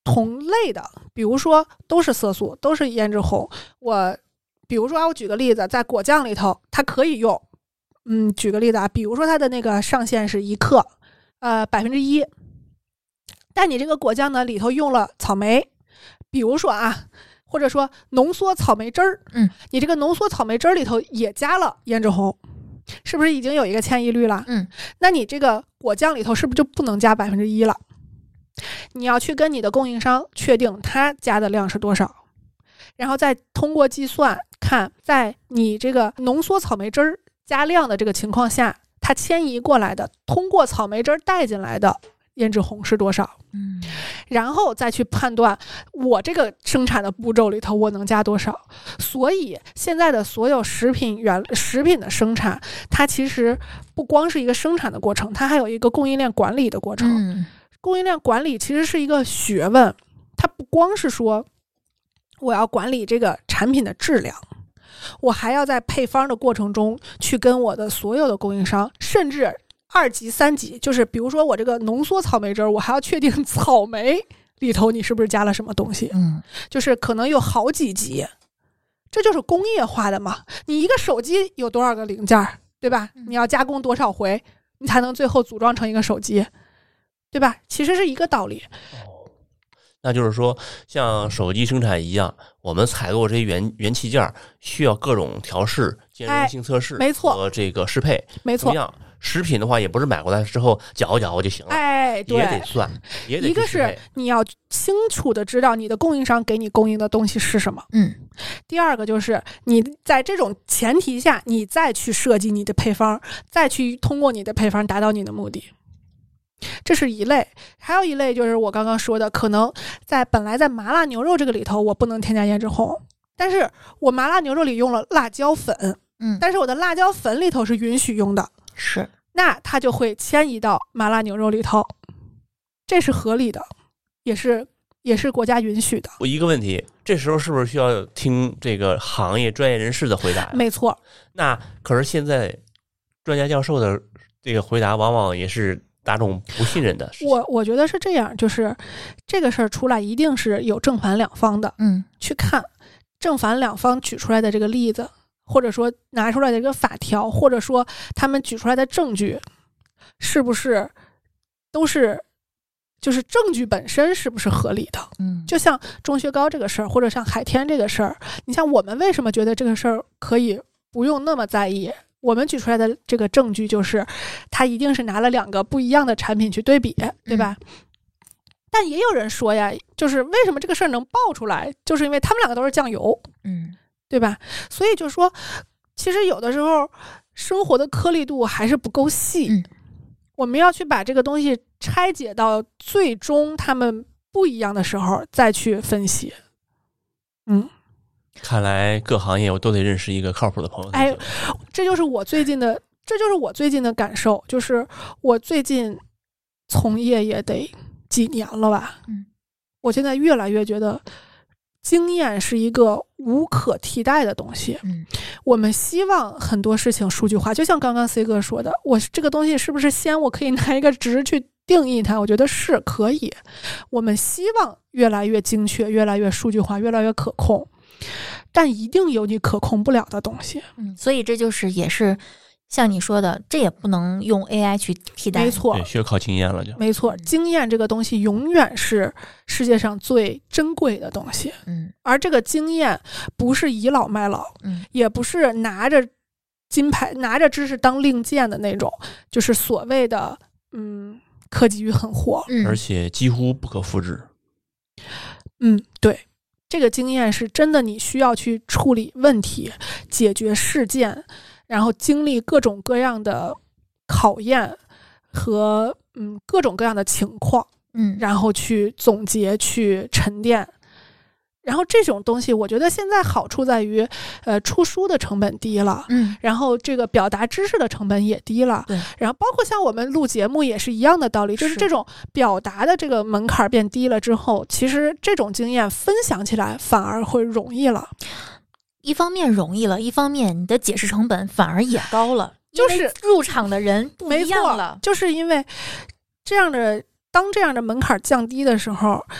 同类的，比如说都是色素，都是胭脂红，我比如说啊，我举个例子，在果酱里头它可以用，嗯，举个例子啊，比如说它的那个上限是一克，呃，百分之一，但你这个果酱呢里头用了草莓，比如说啊，或者说浓缩草莓汁儿， 嗯， 你这个浓缩草莓汁儿里头也加了胭脂红，是不是已经有一个迁移率了？ 嗯， 那你这个果酱里头是不是就不能加百分之一了？你要去跟你的供应商确定它加的量是多少，然后再通过计算看，在你这个浓缩草莓汁儿加量的这个情况下，它迁移过来的通过草莓汁儿带进来的胭脂红是多少， 嗯， 然后再去判断我这个生产的步骤里头我能加多少。所以现在的所有食品原食品的生产，它其实不光是一个生产的过程，它还有一个供应链管理的过程。 嗯， 供应链管理其实是一个学问，它不光是说我要管理这个产品的质量，我还要在配方的过程中去跟我的所有的供应商，甚至二级三级，就是比如说我这个浓缩草莓汁儿，我还要确定草莓里头你是不是加了什么东西， 嗯， 就是可能有好几级，这就是工业化的嘛。你一个手机有多少个零件，对吧？你要加工多少回，你才能最后组装成一个手机，对吧？其实是一个道理。 哦，那就是说，像手机生产一样，我们采购这些元元器件需要各种调试、兼容性测试， 没错， 和这个适配， 没错。 同样，食品的话也不是买过来之后搅和搅和就行了， 哎，对， 也得算，也得一个是你要清楚的知道你的供应商给你供应的东西是什么， 嗯。 第二个就是你在这种前提下，你再去设计你的配方，再去通过你的配方达到你的目的。这是一类，还有一类就是我刚刚说的，可能在本来在麻辣牛肉这个里头我不能添加胭脂红，但是我麻辣牛肉里用了辣椒粉， 嗯， 但是我的辣椒粉里头是允许用的， 是， 那它就会迁移到麻辣牛肉里头，这是合理的，也是也是国家允许的。 我一个问题，这时候是不是需要听这个行业专业人士的回答呀？ 没错。 那可是现在专家教授的这个回答往往也是大众不信任的事情。 我我觉得是这样，就是这个事儿出来一定是有正反两方的， 嗯， 去看正反两方举出来的这个例子，或者说拿出来的这个法条，或者说他们举出来的证据，是不是都是就是证据本身是不是合理的？ 嗯， 就像钟薛高这个事儿，或者像海天这个事儿，你像我们为什么觉得这个事儿可以不用那么在意？我们举出来的这个证据就是，他一定是拿了两个不一样的产品去对比，对吧？嗯、但也有人说呀，就是为什么这个事儿能爆出来，就是因为他们两个都是酱油， 嗯， 对吧？所以就说，其实有的时候生活的颗粒度还是不够细， 嗯， 我们要去把这个东西拆解到最终他们不一样的时候再去分析。嗯。 看来各行业我都得认识一个靠谱的朋友。 哎，这就是我最近的，这就是我最近的感受，就是我最近从业也得几年了吧， 嗯， 我现在越来越觉得经验是一个无可替代的东西。 嗯， 我们希望很多事情数据化，就像刚刚 C 哥说的，我这个东西是不是先我可以拿一个值去定义它？我觉得是可以。我们希望越来越精确，越来越数据化，越来越可控。但一定有你可控不了的东西， 嗯，所以这就是也是像你说的，这也不能用 A I 去替代， 没错， 需要靠经验了就， 没错，经验这个东西永远是世界上最珍贵的东西， 嗯， 而这个经验不是倚老卖老， 嗯， 也不是拿着金牌拿着知识当令箭的那种，就是所谓的嗯科技与狠活， 嗯， 而且几乎不可复制， 嗯，对。这个经验是真的，你需要去处理问题、解决事件，然后经历各种各样的考验和嗯各种各样的情况， 嗯， 然后去总结、去沉淀。然后这种东西，我觉得现在好处在于，呃，出书的成本低了， 嗯， 然后这个表达知识的成本也低了， 对， 然后包括像我们录节目也是一样的道理，就是这种表达的这个门槛变低了之后，其实这种经验分享起来反而会容易了。 一方面容易了，一方面你的解释成本反而也高了， 就是入场的人不一样了， 就是因为这样的当这样的门槛降低的时候。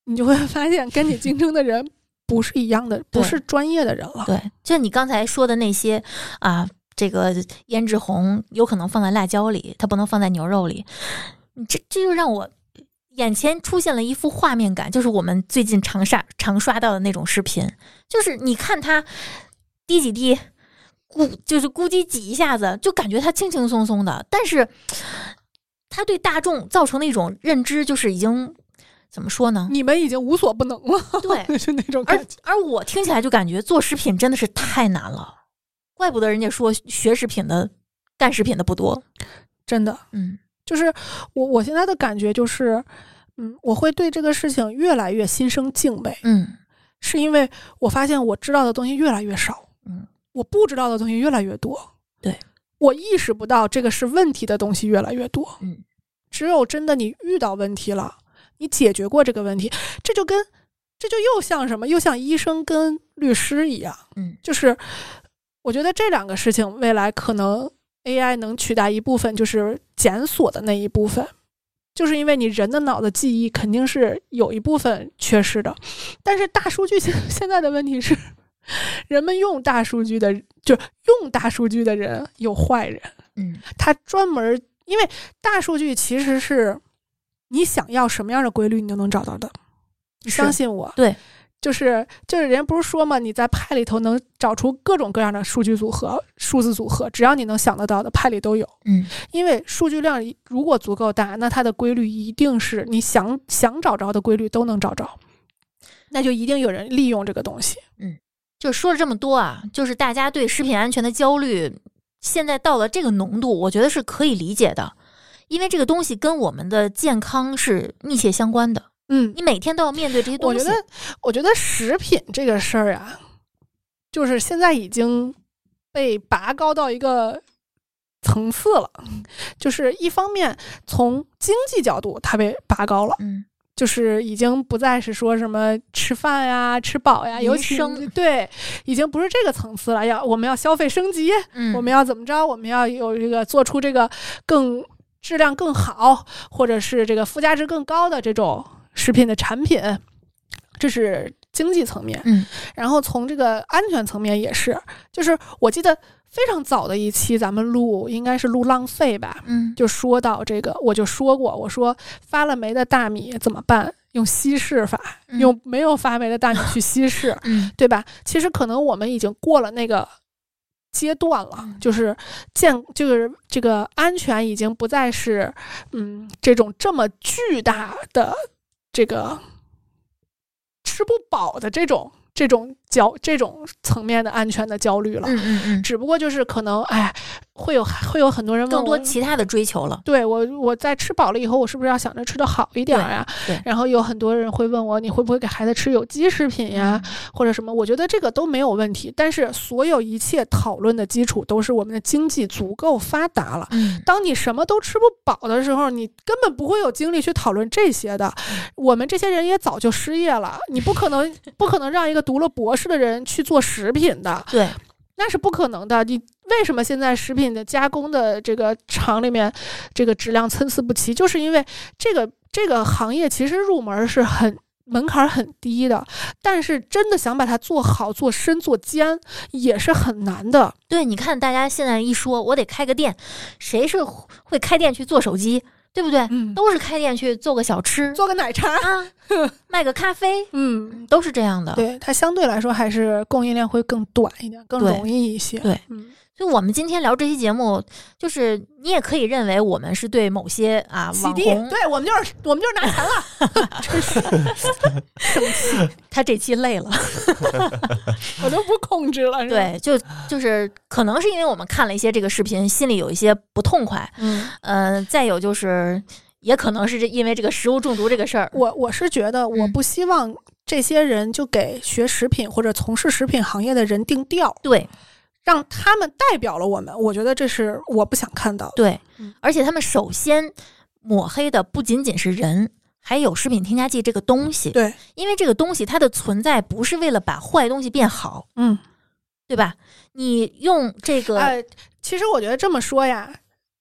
你就会发现跟你竞争的人不是一样的，不是专业的人了。 对，就你刚才说的那些啊，这个胭脂红有可能放在辣椒里，它不能放在牛肉里，这这就让我眼前出现了一幅画面感，就是我们最近常刷常刷到的那种视频，就是你看它滴几滴，咕就是咕叽挤一下子，就感觉它轻轻松松的，但是它对大众造成的一种认知，就是已经怎么说呢？ 你们已经无所不能了， 对， 是那种感觉。 而而我听起来就感觉做食品真的是太难了，怪不得人家说学食品的、干食品的不多， 真的。 嗯， 就是我我现在的感觉就是，嗯，我会对这个事情越来越心生敬畏。 嗯， 是因为我发现我知道的东西越来越少， 嗯， 我不知道的东西越来越多。 对， 我意识不到这个是问题的东西越来越多。 嗯， 只有真的你遇到问题了，你解决过这个问题，这就跟这就又像什么？又像医生跟律师一样。 嗯， 就是我觉得这两个事情未来可能 A I 能取代一部分，就是检索的那一部分，就是因为你人的脑的记忆肯定是有一部分缺失的。但是大数据现现在的问题是，人们用大数据的，就用大数据的人有坏人。 嗯， 他专门因为大数据其实是你想要什么样的规律，你就能找到的。你相信我。 对， 就是就是人不是说嘛，你在派里头能找出各种各样的数据组合、数字组合，只要你能想得到的，派里都有。 嗯， 因为数据量如果足够大，那它的规律一定是你想想找着的规律都能找着，那就一定有人利用这个东西。 嗯，就说了这么多啊，就是大家对食品安全的焦虑，现在到了这个浓度，我觉得是可以理解的，因为这个东西跟我们的健康是密切相关的。 嗯， 你每天都要面对这些东西。 我觉得，我觉得食品这个事儿啊，就是现在已经被拔高到一个层次了。就是一方面从经济角度，它被拔高了， 嗯， 就是已经不再是说什么吃饭呀、吃饱呀，尤其对，已经不是这个层次了。要我们要消费升级， 嗯， 我们要怎么着？我们要有这个做出这个更质量更好，或者是这个附加值更高的这种食品的产品，这是经济层面。 嗯， 然后从这个安全层面也是，就是我记得非常早的一期咱们录，应该是录浪费吧， 嗯， 就说到这个，我就说过，我说发了霉的大米怎么办？用稀释法， 嗯、 用没有发霉的大米去稀释， 嗯， 对吧？其实可能我们已经过了那个阶段了，就是健，就是这个安全已经不再是，嗯，这种这么巨大的这个吃不饱的这种这种焦这种层面的安全的焦虑了。 嗯嗯嗯， 只不过就是可能，哎，会有会有很多人问更多其他的追求了。 对我，我在吃饱了以后，我是不是要想着吃得好一点呀？ 对。对， 然后有很多人会问我，你会不会给孩子吃有机食品呀，嗯、或者什么？我觉得这个都没有问题。但是所有一切讨论的基础都是我们的经济足够发达了。 嗯。 当你什么都吃不饱的时候，你根本不会有精力去讨论这些的。嗯、我们这些人也早就失业了，你不可能不可能让一个读了博士的人去做食品的。 对。 那是不可能的。你为什么现在食品的加工的这个厂里面，这个质量参差不齐？就是因为这个这个行业其实入门是很门槛很低的，但是真的想把它做好、做深、做尖也是很难的。 对，你看大家现在一说，我得开个店，谁是会开店去做手机？对不对？ 嗯， 都是开店去做个小吃， 做个奶茶啊，卖个咖啡， 嗯， 都是这样的。 对，它相对来说还是供应链会更短一点，更容易一些。 对， 嗯。 所以我们今天聊这期节目，就是你也可以认为我们是对某些啊网红， 对我们就是我们就是拿钱了，真是生气。 他这期累了， 我都不控制了。 对，就就是可能是因为我们看了一些这个视频，心里有一些不痛快。 嗯， 呃，再有就是也可能是因为这个食物中毒这个事儿。 我我是觉得，我不希望这些人就给学食品或者从事食品行业的人定调。 对。 让他们代表了我们，我觉得这是我不想看到的。 对，而且他们首先抹黑的不仅仅是人，还有食品添加剂这个东西。 对， 因为这个东西它的存在不是为了把坏东西变好， 嗯， 对吧？你用这个， 呃，其实我觉得这么说呀，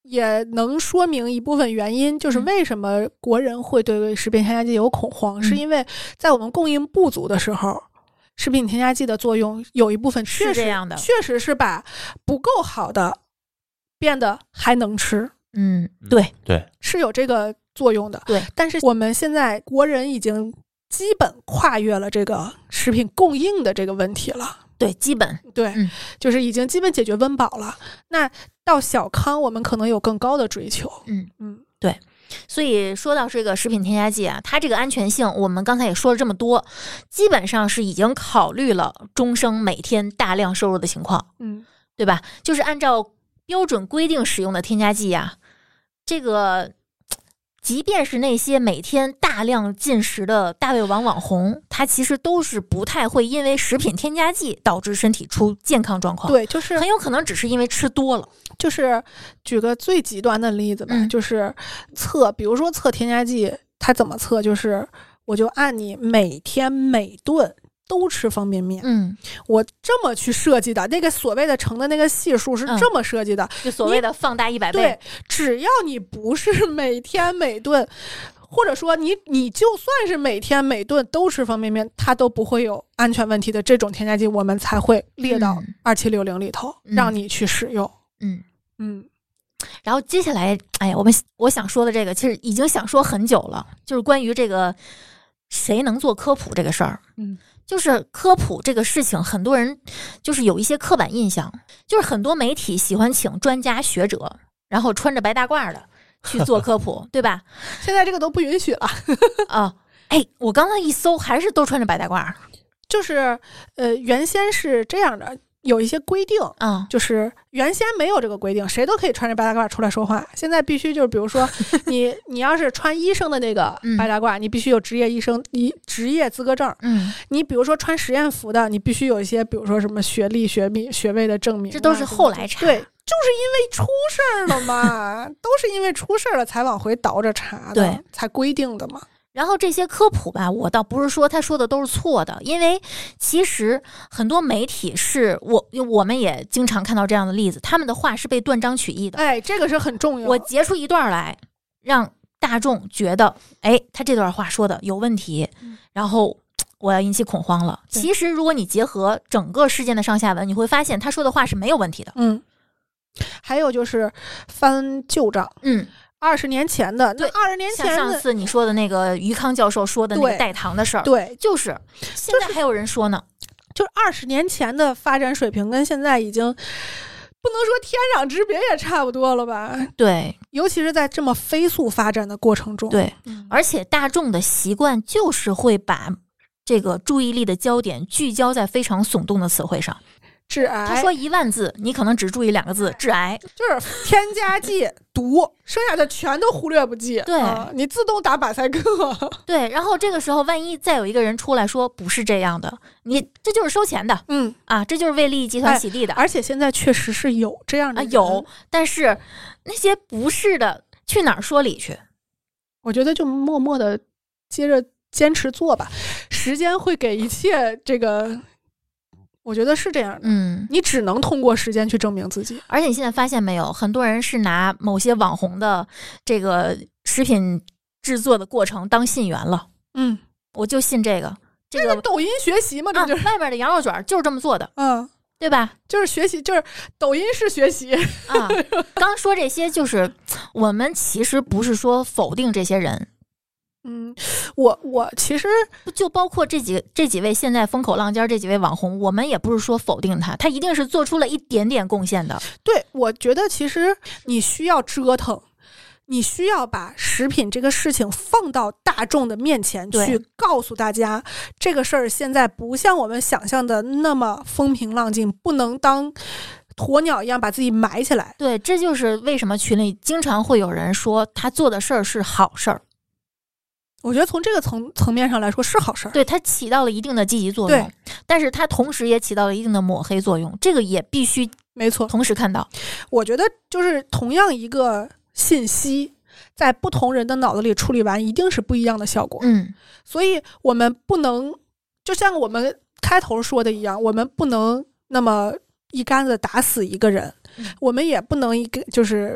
也能说明一部分原因，就是为什么国人会对食品添加剂有恐慌，嗯、是因为在我们供应不足的时候，食品添加剂的作用有一部分确实是这样的， 确实是把不够好的变得还能吃。 嗯，对对， 是有这个作用的。 对， 但是我们现在国人已经基本跨越了这个食品供应的这个问题了。 对，基本对、 嗯， 就是已经基本解决温饱了。那到小康，我们可能有更高的追求。 嗯嗯， 对。所以说到这个食品添加剂啊，它这个安全性，我们刚才也说了这么多，基本上是已经考虑了终生每天大量摄入的情况， 嗯， 对吧？就是按照标准规定使用的添加剂呀、啊，这个。即便是那些每天大量进食的大胃王网红，他其实都是不太会因为食品添加剂导致身体出健康状况。 对，就是很有可能只是因为吃多了。 就是举个最极端的例子吧， 嗯、 就是测，比如说测添加剂，它怎么测？就是我就按你每天每顿都吃方便面， 嗯， 我这么去设计的，那个所谓的乘的那个系数是这么设计的， 嗯、就所谓的放大一百倍。 对，只要你不是每天每顿，或者说你你就算是每天每顿都吃方便面，它都不会有安全问题的这种添加剂，我们才会列到二七六零里头、嗯、让你去使用。 嗯嗯。 然后接下来，哎呀，我们我想说的这个，其实已经想说很久了，就是关于这个谁能做科普这个事儿。 嗯。 就是科普这个事情，很多人就是有一些刻板印象，就是很多媒体喜欢请专家学者，然后穿着白大褂的去做科普，对吧？ 现在这个都不允许了啊！哎，我刚刚一搜，还是都穿着白大褂。 就是呃，原先是这样的。有一些规定啊、嗯， 就是原先没有这个规定，谁都可以穿着白大褂出来说话。现在必须就是，比如说你你要是穿医生的那个白大褂，嗯、你必须有职业医生一职业资格证。 嗯， 你比如说穿实验服的，你必须有一些，比如说什么学历、学历、学位的证明、啊。 这都是后来查， 对，就是因为出事儿了嘛，都是因为出事儿了才往回倒着查的， 对， 才规定的嘛。 然后这些科普吧，我倒不是说他说的都是错的，因为其实很多媒体是我我们也经常看到这样的例子，他们的话是被断章取义的。 哎，这个是很重要。 我截出一段来，让大众觉得，哎，他这段话说的有问题， 嗯、 然后我要引起恐慌了。其实如果你结合整个事件的上下文，你会发现他说的话是没有问题的。 嗯，还有就是翻旧账， 嗯。 二十年前的， 对， 二十年前的， 像上次你说的那个于康教授说的那个代糖的事儿， 对， 就是现在还有人说呢， 就是二十年前的发展水平跟现在已经不能说天壤之别，也差不多了吧？ 对， 尤其是在这么飞速发展的过程中， 对， 嗯、 而且大众的习惯就是会把这个注意力的焦点聚焦在非常耸动的词汇上。 致癌， 他说一万字，你可能只注意两个字，致癌， 就是添加剂毒，剩下的全都忽略不计。 对、 啊，你自动打马赛克。 对，然后这个时候，万一再有一个人出来说不是这样的，你这就是收钱的， 嗯啊，这就是为利益集团洗地的。 哎、而且现在确实是有这样的啊，有，但是那些不是的，去哪儿说理去？ 我觉得就默默的接着坚持做吧，时间会给一切这个。我觉得是这样的， 嗯， 你只能通过时间去证明自己。 而且你现在发现没有，很多人是拿某些网红的这个食品制作的过程当信源了。 嗯， 我就信这个，这个抖音学习嘛，这就是、 啊、外边的羊肉卷就是这么做的， 嗯， 对吧？ 就是学习，就是抖音式学习啊。刚说这些，就是我们其实不是说否定这些人。 嗯，我我其实就包括这几这几位现在风口浪尖这几位网红，我们也不是说否定他，他一定是做出了一点点贡献的。 对，我觉得其实你需要折腾，你需要把食品这个事情放到大众的面前去，告诉大家这个事儿现在不像我们想象的那么风平浪静，不能当鸵鸟一样把自己埋起来。 对，这就是为什么群里经常会有人说他做的事儿是好事儿。 我觉得从这个层层面上来说是好事儿， 对，它起到了一定的积极作用，但是它同时也起到了一定的抹黑作用，这个也必须没错同时看到。 我觉得就是同样一个信息，在不同人的脑子里处理完，一定是不一样的效果。 嗯， 所以我们不能就像我们开头说的一样，我们不能那么一竿子打死一个人， 嗯、 我们也不能一个就是。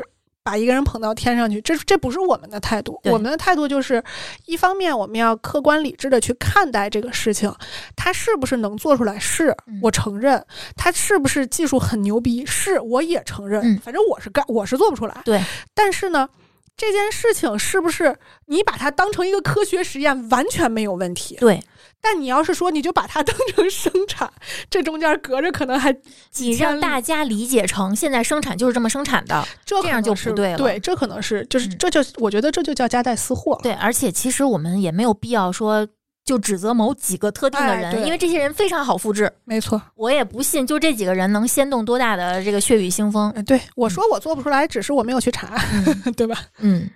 把一个人捧到天上去，这这不是我们的态度。我们的态度就是，一方面我们要客观理智的去看待这个事情，他是不是能做出来，是我承认；他是不是技术很牛逼，是我也承认。 嗯、 反正我是干，我是做不出来。 对， 但是呢，这件事情是不是你把它当成一个科学实验，完全没有问题。 对。 但你要是说你就把它当成生产，这中间隔着可能还你让大家理解成现在生产就是这么生产的， 这这样就不对了。 对，这可能是就是、嗯、这就我觉得这就叫夹带私货。 对，而且其实我们也没有必要说就指责某几个特定的人、 哎、 因为这些人非常好复制。 没错， 我也不信就这几个人能掀动多大的这个血雨腥风。 对，我说我做不出来，只是我没有去查，嗯、对吧？ 嗯。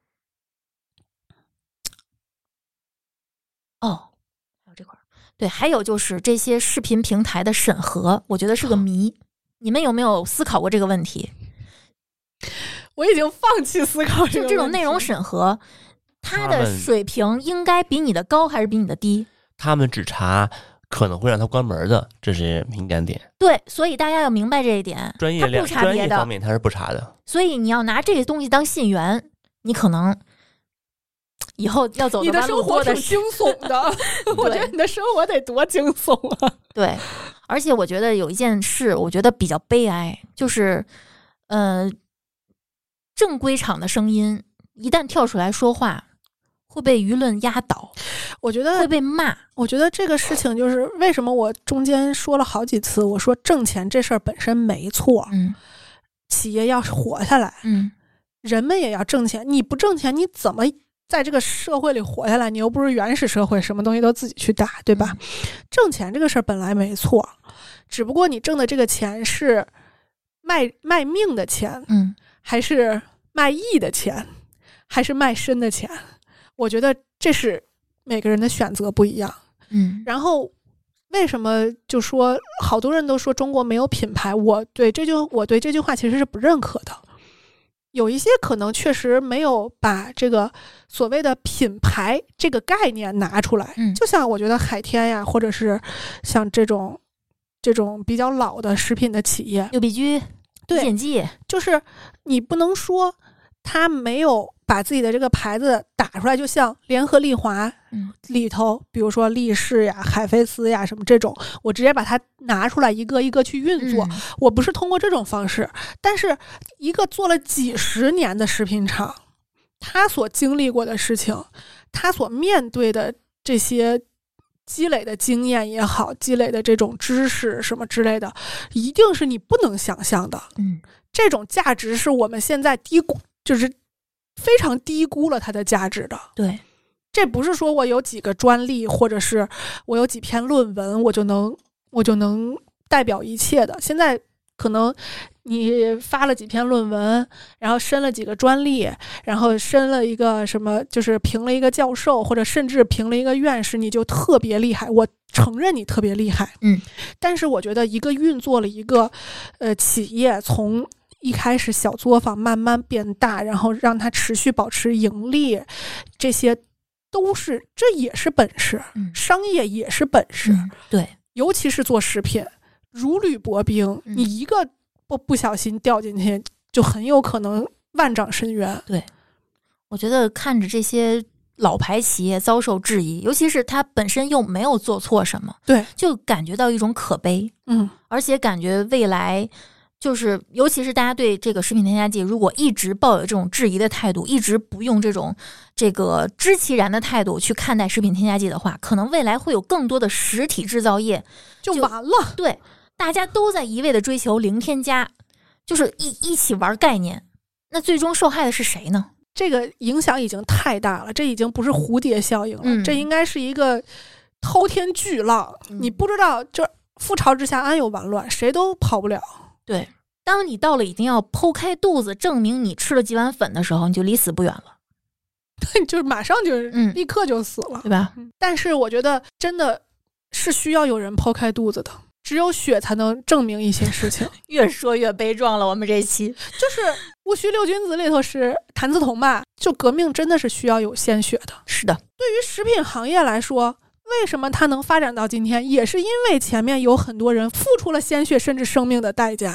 哦，还有这块。对，还有就是这些视频平台的审核，我觉得是个谜。哦、你们有没有思考过这个问题？ 我已经放弃思考这个问题。 就这种内容审核，它的水平应该比你的高还是比你的低？ 他们只查可能会让他关门的，这是敏感点。 对，所以大家要明白这一点。 专业不查别的专业方面他是不查的。 所以你要拿这个东西当信源，你可能以后要走的弯路多的是。你的生活挺惊悚的，我觉得你的生活得多惊悚啊！ 对，而且我觉得有一件事，我觉得比较悲哀，就是，呃，正规场的声音一旦跳出来说话，会被舆论压倒， 我觉得会被骂。 我觉得这个事情就是为什么我中间说了好几次，我说挣钱这事儿本身没错， 嗯， 企业要活下来， 嗯， 人们也要挣钱，你不挣钱，你怎么在这个社会里活下来？你又不是原始社会，什么东西都自己去打，对吧？挣钱这个事儿本来没错，只不过你挣的这个钱是卖卖命的钱， 嗯， 还是卖艺的钱，还是卖身的钱？我觉得这是每个人的选择不一样， 嗯。 然后为什么就说好多人都说中国没有品牌？我对这句我对这句话其实是不认可的。有一些可能确实没有把这个所谓的品牌这个概念拿出来， 嗯， 就像我觉得海天呀，或者是像这种这种比较老的食品的企业， 六必居、 对， 简记， 就是你不能说他没有把自己的这个牌子打出来，就像联合利华里头，嗯，比如说力士呀、海飞丝呀什么这种，我直接把它拿出来一个一个去运作，嗯，我不是通过这种方式。但是一个做了几十年的食品厂，他所经历过的事情，他所面对的这些积累的经验也好，积累的这种知识什么之类的，一定是你不能想象的。 嗯， 这种价值是我们现在低估，就是非常低估了它的价值的。 对， 这不是说我有几个专利，或者是我有几篇论文，我就能我就能代表一切的。现在可能你发了几篇论文，然后申了几个专利，然后申了一个什么，就是评了一个教授，或者甚至评了一个院士，你就特别厉害。我承认你特别厉害， 嗯， 但是我觉得一个运作了一个呃企业，从一开始小作坊慢慢变大，然后让它持续保持盈利，这些都是这也是本事， 嗯， 商业也是本事， 嗯，对， 尤其是做食品，如履薄冰， 嗯， 你一个不不小心掉进去，就很有可能万丈深渊。 对，我觉得看着这些老牌企业遭受质疑，尤其是它本身又没有做错什么， 对， 就感觉到一种可悲， 嗯， 而且感觉未来就是，尤其是大家对这个食品添加剂，如果一直抱有这种质疑的态度，一直不用这种这个知其然的态度去看待食品添加剂的话，可能未来会有更多的实体制造业就完了。 对，大家都在一味的追求零添加，就是一一起玩概念，那最终受害的是谁呢？ 这个影响已经太大了，这已经不是蝴蝶效应了， 嗯， 这应该是一个滔天巨浪，嗯，你不知道，就覆巢之下安有完卵，谁都跑不了。 对，当你到了已经要剖开肚子证明你吃了几碗粉的时候，你就离死不远了。 对，就是马上就立刻就死了， 嗯，对吧， 嗯？但是我觉得真的是需要有人剖开肚子的，只有血才能证明一些事情。 越说越悲壮了，我们这一期就是戊戌六君子里头是谭嗣同吧，就革命真的是需要有鲜血的。 是的， 对于食品行业来说，为什么它能发展到今天，也是因为前面有很多人付出了鲜血甚至生命的代价。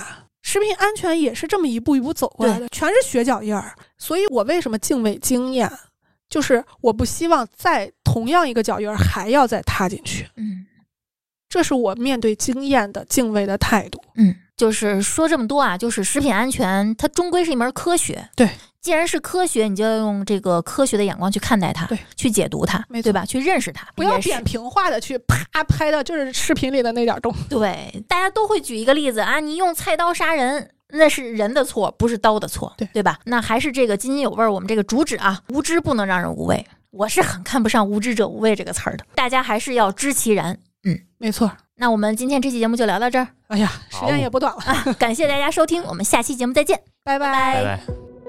食品安全也是这么一步一步走过来的，全是血脚印儿。所以我为什么敬畏经验，就是我不希望再同样一个脚印儿还要再踏进去。 嗯， 这是我面对经验的敬畏的态度。 嗯，就是说这么多啊，就是食品安全它终归是一门科学。 对， 既然是科学，你就要用这个科学的眼光去看待它， 对， 去解读它，对吧？去认识它， 不要扁平化的去啪拍到就是视频里的那点东西。 对，大家都会举一个例子啊，你用菜刀杀人，那是人的错，不是刀的错， 对对吧？那还是这个津津有味，我们这个主旨啊，无知不能让人无畏。我是很看不上无知者无畏这个词儿的，大家还是要知其然。嗯， 没错。 那我们今天这期节目就聊到这儿。 哎呀，时间也不短了啊！感谢大家收听，我们下期节目再见， 拜拜拜拜。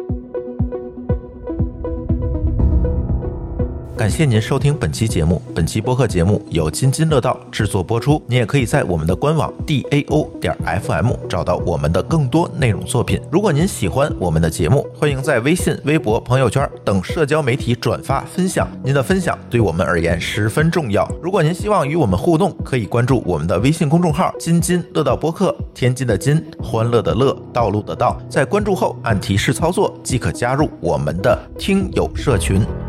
感谢您收听本期节目，本期播客节目由津津乐道制作播出。你也可以在我们的官网 D A O 点 F M 找到我们的更多内容作品。如果您喜欢我们的节目，欢迎在微信、微博、朋友圈等社交媒体转发分享。您的分享对我们而言十分重要。如果您希望与我们互动，可以关注我们的微信公众号津津乐道播客，天津的津，欢乐的乐，道路的道。在关注后按提示操作即可加入我们的听友社群。